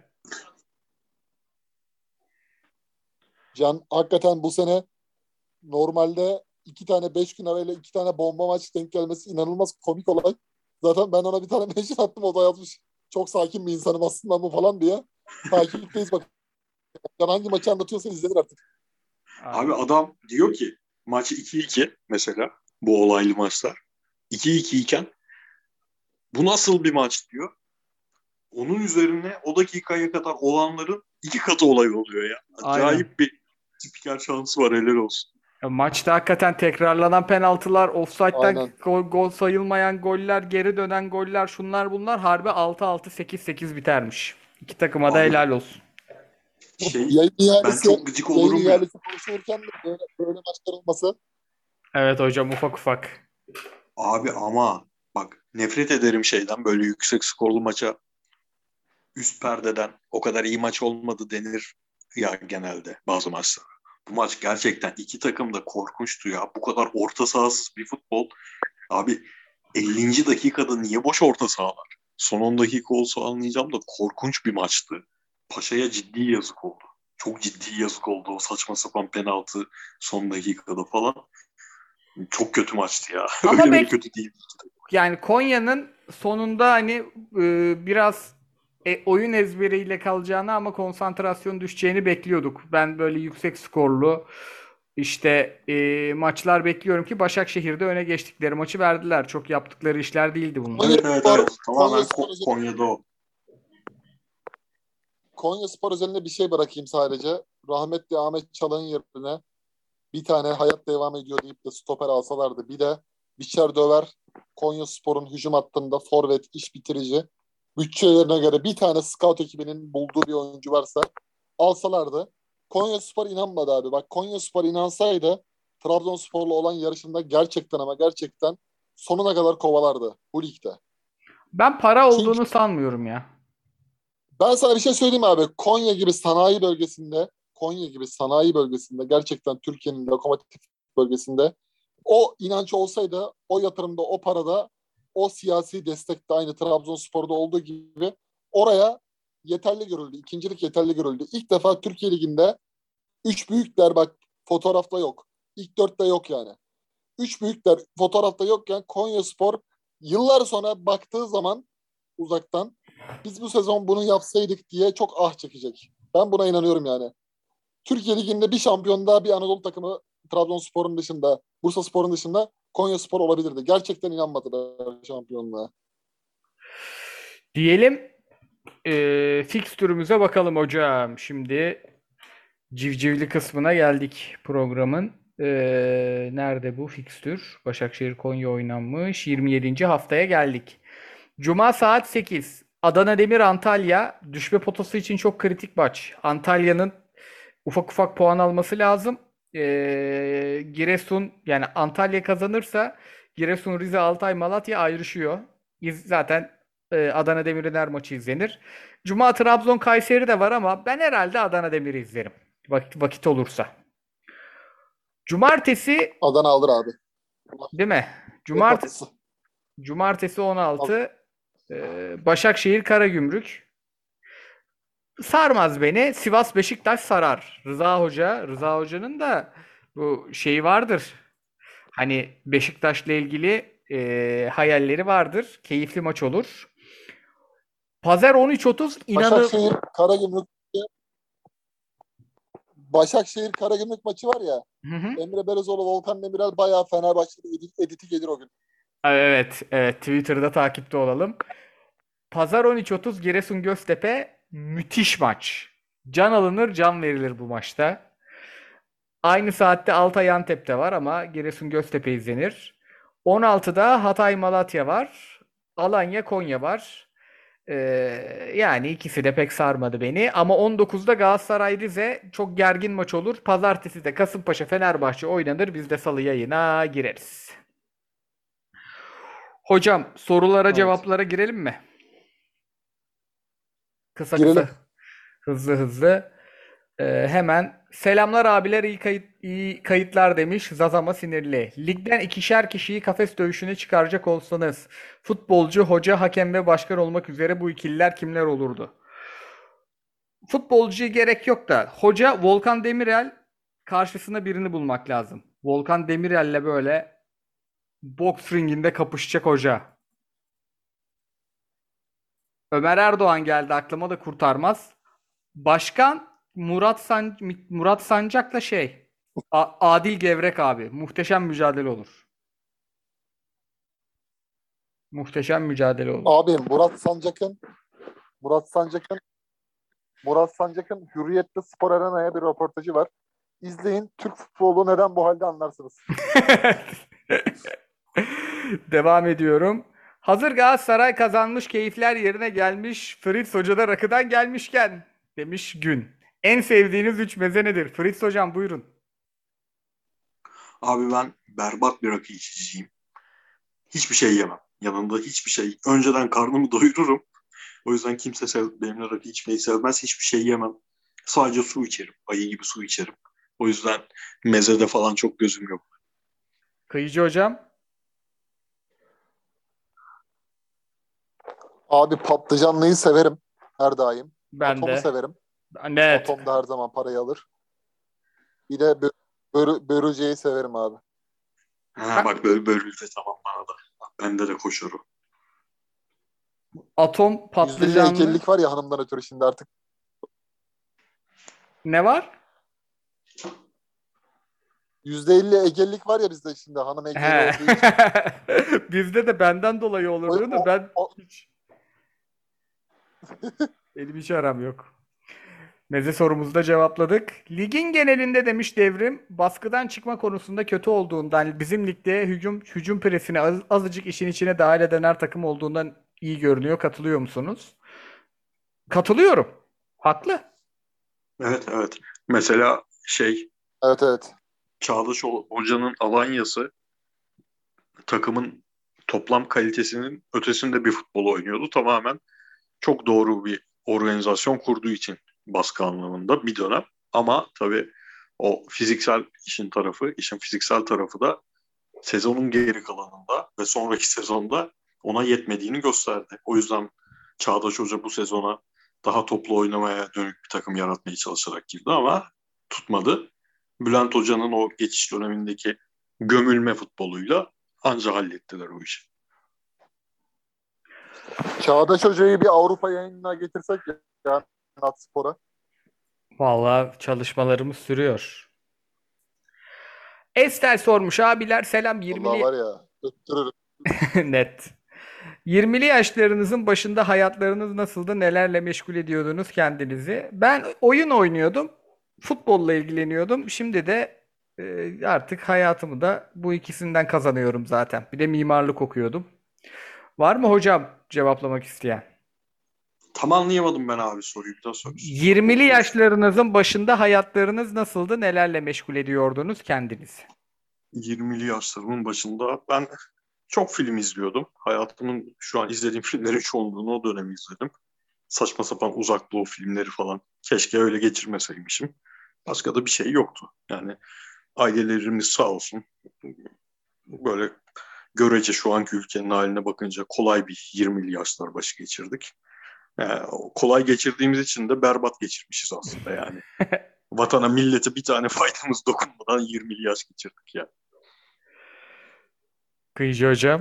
C: Can hakikaten bu sene normalde iki tane beş gün arayla iki tane bomba maç denk gelmesi inanılmaz komik olay. Zaten ben ona bir tane mention attım, o da yazmış. Çok sakin bir insanım aslında bu falan diye. Takipteyiz bak. Can hangi maçı anlatıyorsan izlenir artık.
B: Abi adam diyor ki maçı iki iki mesela bu olaylı maçlar. iki iki iken bu nasıl bir maç diyor. Onun üzerine o dakikaya kadar olanların iki katı olay oluyor ya. Acayip
A: Aynen.
B: bir spiker şansı var, helal olsun.
A: Ya maçta hakikaten tekrarlanan penaltılar, offside'den
C: Aynen.
A: gol, gol sayılmayan goller, geri dönen goller, şunlar bunlar harbi altı altı sekiz sekiz bitermiş. İki takıma da
B: Abi
A: helal olsun.
B: şey
C: Yayın
B: ben
C: ihalesi,
B: çok gıcık
C: yayın
B: olurum ya.
C: ihalesi konuşulurken de böyle, böyle maçlar olması.
A: Evet hocam, ufak ufak.
B: Abi ama bak nefret ederim şeyden, böyle yüksek skorlu maça üst perdeden o kadar iyi maç olmadı denir ya genelde bazı maçlar. Bu maç gerçekten iki takım da korkunçtu ya. Bu kadar orta sahasız bir futbol. Abi ellinci dakikada niye boş orta sahalar? Son on dakika olsa anlayacağım da korkunç bir maçtı. Paşa'ya ciddi yazık oldu. Çok ciddi yazık oldu o saçma sapan penaltı son dakikada falan. Çok kötü maçtı ya.
A: Ama
B: Öyle böyle
A: bek
B: kötü değil.
A: yani Konya'nın sonunda hani e, biraz e, oyun ezberiyle kalacağını ama konsantrasyon düşeceğini bekliyorduk. Ben böyle yüksek skorlu işte e, maçlar bekliyorum ki Başakşehir'de öne geçtikleri maçı verdiler. Çok yaptıkları işler değildi bunlar.
B: Evet evet
C: Spor,
B: evet. Tamamen
C: Konya Spor,
B: Ko- Konya'da o.
C: Konya Spor özelinde bir şey bırakayım sadece. Rahmetli Ahmet Çalık'ın yerine bir tane hayat devam ediyor deyip de stoper alsalardı. Bir de biçer döver Konya Spor'un hücum hattında forvet, iş bitirici. Bütçelerine göre bir tane scout ekibinin bulduğu bir oyuncu varsa alsalardı. Konya Spor inanmadı abi. Bak Konya Spor inansaydı Trabzonspor'la olan yarışında gerçekten ama gerçekten sonuna kadar kovalardı bu ligde.
A: Ben para
C: Çünkü
A: olduğunu sanmıyorum ya.
C: ben sana bir şey söyleyeyim abi. Konya gibi sanayi bölgesinde, Konya gibi sanayi bölgesinde, gerçekten Türkiye'nin lokomotif bölgesinde o inanç olsaydı, o yatırımda, o parada, o siyasi destekte aynı Trabzonspor'da olduğu gibi oraya yeterli görüldü. İkincilik yeterli görüldü. İlk defa Türkiye Ligi'nde üç büyükler, bak fotoğrafta yok. İlk dörtte yok yani. Üç büyükler fotoğrafta yokken Konyaspor yıllar sonra baktığı zaman uzaktan biz bu sezon bunu yapsaydık diye çok ah çekecek. Ben buna inanıyorum yani. Türkiye Ligi'nde bir şampiyon daha bir Anadolu takımı Trabzonspor'un dışında, Bursaspor'un dışında Konyaspor olabilirdi. Gerçekten inanmadılar şampiyonluğa.
A: Diyelim e, fikstürümüze bakalım hocam. Şimdi civcivli kısmına geldik programın. E, nerede bu fikstür? Başakşehir Konya oynanmış. yirmi yedinci haftaya geldik. Cuma saat sekiz. Adana Demir Antalya. Düşme potası için çok kritik maç. Antalya'nın ufak ufak puan alması lazım. E, Giresun yani Antalya kazanırsa Giresun, Rize, Altay, Malatya ayrışıyor. İz- Zaten e, Adana Demir'in her maçı izlenir. Cuma Trabzon Kayseri de var ama ben herhalde Adana Demir'i izlerim. Vakit, vakit olursa. Cumartesi
C: Adana alır abi.
A: değil mi?
C: Direkt
A: Cumart
C: alırsa.
A: Cumartesi on
C: Al.
A: altı e, Başakşehir Karagümrük. Sarmaz beni. Sivas Beşiktaş sarar. Rıza Hoca, Rıza Hoca'nın da bu şeyi vardır. Hani Beşiktaş'la ilgili e, hayalleri vardır. Keyifli maç olur. Pazar on üç otuz inanıl
C: Başakşehir Karagümrük Başakşehir Karagümrük maçı var ya.
A: Hı hı.
C: Emre Belözoğlu, Volkan Demirel bayağı Fenerbahçe'de edit, editi gelir o gün.
A: Evet, evet Twitter'da takipte olalım. Pazar on üç otuz Giresun Göztepe müthiş maç. Can alınır, can verilir bu maçta. Aynı saatte Altay Antep'te var ama Giresun Göztepe izlenir. on altıda Hatay Malatya var. Alanya Konya var. Ee, yani ikisi de pek sarmadı beni. Ama on dokuzda Galatasaray Rize çok gergin maç olur. Pazartesi de Kasımpaşa Fenerbahçe oynanır. Biz de salı yayına gireriz. Hocam sorulara
C: Evet.
A: cevaplara girelim mi? Kısa
C: Girelim.
A: kısa. Hızlı hızlı. Ee, hemen selamlar abiler iyi kayıt iyi kayıtlar demiş Zazama sinirli. Ligden ikişer kişiyi kafes dövüşüne çıkaracak olsanız futbolcu, hoca, hakem ve başkan olmak üzere bu ikililer kimler olurdu? Futbolcuya gerek yok da hoca Volkan Demirel karşısına birini bulmak lazım. Volkan Demirel'le böyle boks ringinde kapışacak hoca. Ömer Erdoğan geldi aklıma da kurtarmaz. Başkan Murat San Murat Sancak'la şey A- Adil Gevrek abi. Muhteşem mücadele olur. Muhteşem mücadele olur.
C: Abi Murat Sancak'ın Murat Sancak'ın Murat Sancak'ın Hürriyet'te Spor Arena'ya bir röportajı var. İzleyin. Türk futbolu neden bu halde anlarsınız.
A: Devam ediyorum. Hazır Galatasaray kazanmış, keyifler yerine gelmiş. Fritz Hoca da rakıdan gelmişken demiş Gün. En sevdiğiniz üç meze nedir? Fritz Hocam buyurun.
B: Abi ben berbat bir rakı içiciyim. Hiçbir şey yemem. Yanında hiçbir şey. Önceden karnımı doyururum. O yüzden kimse sev benimle rakı içmeyi sevmez. Hiçbir şey yemem. Sadece su içerim. Ayı gibi su içerim. O yüzden mezede falan çok gözüm yok.
A: Kıyıcı Hocam.
C: Abi patlıcanlıyı severim her daim.
A: Ben
C: Atomu
A: de.
C: severim.
A: Net.
C: Atom da her zaman parayı alır. Bir de bö- börü, börülceyi severim abi.
B: Ha, bak böyle börülce tamam bana da. Bak, bende de koşar o.
A: Atom
C: yüzde elli
A: patlıcanlı.
C: ekelilik var ya hanımdan ötürü şimdi artık.
A: Ne var?
C: yüzde elli egelik var ya bizde şimdi hanım egeli
A: He.
C: olduğu için.
A: Bizde de benden dolayı olur
C: O-
A: diyor da
C: o-
A: ben
C: o-
A: hiç benim hiç aram yok. Meze sorumuzu da cevapladık. Ligin genelinde demiş Devrim, baskıdan çıkma konusunda kötü olduğundan, bizim ligde hücum hücum presini az- azıcık işin içine dahil eden her takım olduğundan iyi görünüyor. Katılıyor musunuz? Katılıyorum. Haklı.
B: Evet evet. Mesela şey
C: Evet evet.
B: Çağdaş Hoca'nın Alanya'sı takımın toplam kalitesinin ötesinde bir futbol oynuyordu. Tamamen çok doğru bir organizasyon kurduğu için baskı anlamında bir dönem. Ama tabii o fiziksel işin tarafı, işin fiziksel tarafı da sezonun geri kalanında ve sonraki sezonda ona yetmediğini gösterdi. O yüzden Çağdaş Hoca bu sezona daha toplu oynamaya dönük bir takım yaratmaya çalışarak girdi ama tutmadı. Bülent Hoca'nın o geçiş dönemindeki gömülme futboluyla anca hallettiler o işi.
C: Çağdaş Hoca'yı bir Avrupa yayınına getirsek ya Nat Spor'a.
A: Vallahi çalışmalarımız sürüyor. Estel sormuş abiler selam
C: Vallahi
A: yirmili
C: var ya öttürürüm.
A: net. yirmili yaşlarınızın başında hayatlarınız nasıldı? Nelerle meşgul ediyordunuz kendinizi? Ben oyun oynuyordum. Futbolla ilgileniyordum. Şimdi de e, artık hayatımı da bu ikisinden kazanıyorum zaten. Bir de mimarlık okuyordum. Var mı hocam cevaplamak isteyen?
B: Tam anlayamadım ben abi soruyu. Bir daha sor.
A: yirmili yaşlarınızın başında hayatlarınız nasıldı? Nelerle meşgul ediyordunuz kendinizi?
B: yirmili yaşlarımın başında ben çok film izliyordum. Hayatımın şu an izlediğim filmlerin çoğunluğunu o dönem izledim. Saçma sapan Uzak Doğu filmleri falan. Keşke öyle geçirmeseymişim. Başka da bir şey yoktu. Yani ailelerimiz sağ olsun. Böyle görece şu anki ülkenin haline bakınca kolay bir yirmili yaşlar başı geçirdik. Yani kolay geçirdiğimiz için de berbat geçirmişiz aslında yani. Vatana millete bir tane faydamız dokunmadan yirmili yaş geçirdik ya.
A: Kıyıcı hocam.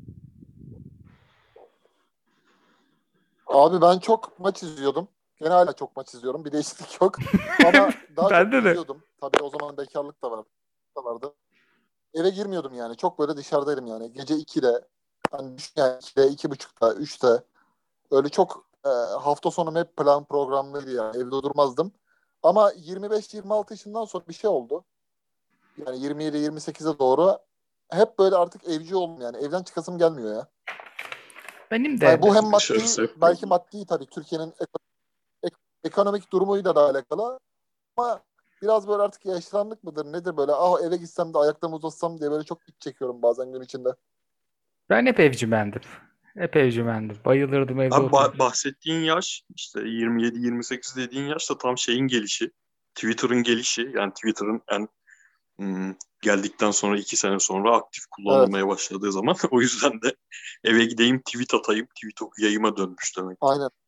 C: Abi ben çok maç izliyordum. Gene hala çok maç izliyorum. Bir değişiklik yok. Ama daha
A: Bende
C: çok
A: de.
C: izliyordum. Tabii o zaman bekarlık da vardı. Da vardı. Eve girmiyordum yani. Çok böyle dışarıdaydım yani. Gece ikide, hani düşün yani ikide, iki buçukta, üçte. Öyle çok e, hafta sonu hep plan programlıydı yani. Evde durmazdım. Ama yirmi beş yirmi altı yaşından sonra bir şey oldu. Yani yirmi yedi yirmi sekize doğru hep böyle artık evci oldum yani. Evden çıkasım gelmiyor ya.
A: Benim
C: Hani
A: de.
C: bu hem maddi,
B: Dışarısı hep
C: belki
B: böyle.
C: maddi tabii Türkiye'nin ek- ek- ekonomik durumuyla da alakalı ama biraz böyle artık yaşlandık mıdır nedir böyle ah eve gitsem de ayakta mı uzatsam diye böyle çok iç çekiyorum bazen gün içinde.
A: Ben hep evcimendim. Hep evcimendim. Bayılırdım evde
B: Abi
A: oturur.
B: bah- bahsettiğin yaş işte yirmi yedi yirmi sekiz dediğin yaş da tam şeyin gelişi. Twitter'ın gelişi. Yani Twitter'ın en hmm, geldikten sonra iki sene sonra aktif
C: Evet,
B: kullanılmaya başladığı zaman o yüzden de eve gideyim tweet atayım, tweet okuyayıma dönmüş demek ki.
C: aynen.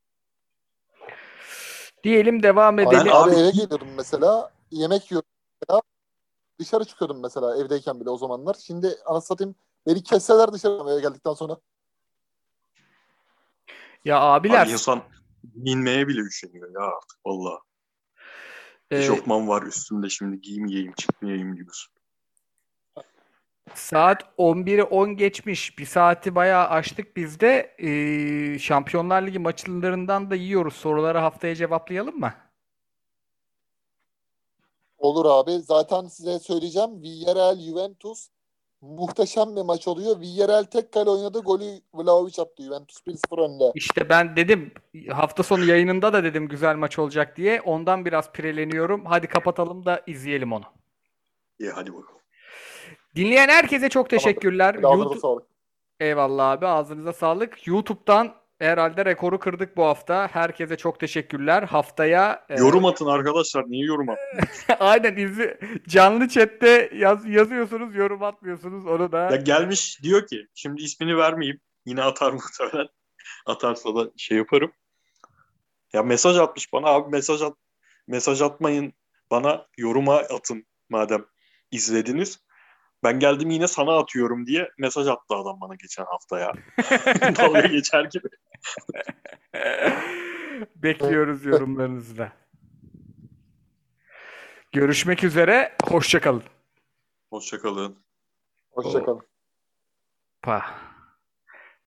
A: Diyelim devam
C: Aynen
B: Ben
A: edelim.
C: abi
B: abi
C: eve
B: ilk
C: geliyordum mesela yemek yiyordum mesela, dışarı çıkıyordum mesela evdeyken bile o zamanlar. Şimdi anasını satayım beni kesseler dışarı eve geldikten sonra.
A: Ya
B: abi
A: abiler,
B: insan giyinmeye bile üşeniyor ya artık valla.
A: e,
B: Eşofman var üstümde şimdi giymeyeyim çıkmayayım diyorsun.
A: saat on biri on geçmiş. Bir saati bayağı aştık biz de. E, Şampiyonlar Ligi maçlarından da yiyoruz. Soruları haftaya cevaplayalım mı?
C: Olur abi. Zaten size söyleyeceğim. Villarreal Juventus muhteşem bir maç oluyor. Villarreal tek kale oynadı. Golü Vlahovic attı. Juventus bir sıfır önde.
A: İşte ben dedim hafta sonu yayınında da dedim güzel maç olacak diye. Ondan biraz pireleniyorum. Hadi kapatalım da izleyelim onu.
B: İyi hadi bakalım.
A: Dinleyen herkese çok
C: Tamamdır.
A: teşekkürler.
C: Hadi ağzınıza
A: YouTube
C: sağlık.
A: Eyvallah abi, ağzınıza sağlık. YouTube'dan herhalde rekoru kırdık bu hafta. Herkese çok teşekkürler. Haftaya e,
B: Yorum atın arkadaşlar. Niye yorum atmıyorsunuz?
A: aynen izli canlı chatte yaz, yazıyorsunuz, yorum atmıyorsunuz. Onu
B: Ya
A: da
B: gelmiş diyor ki şimdi ismini vermeyeyim. Yine atar muhtemelen. Atarsa da şey yaparım. Ya mesaj atmış bana abi mesaj at mesaj atmayın bana yoruma atın madem izlediniz. Ben geldim yine sana atıyorum diye mesaj attı adam bana geçen hafta ya. Dalga geçer gibi.
A: bekliyoruz yorumlarınızı da. Görüşmek üzere. Hoşça kalın.
B: Hoşçakalın.
C: Hoşçakalın.
A: Pa.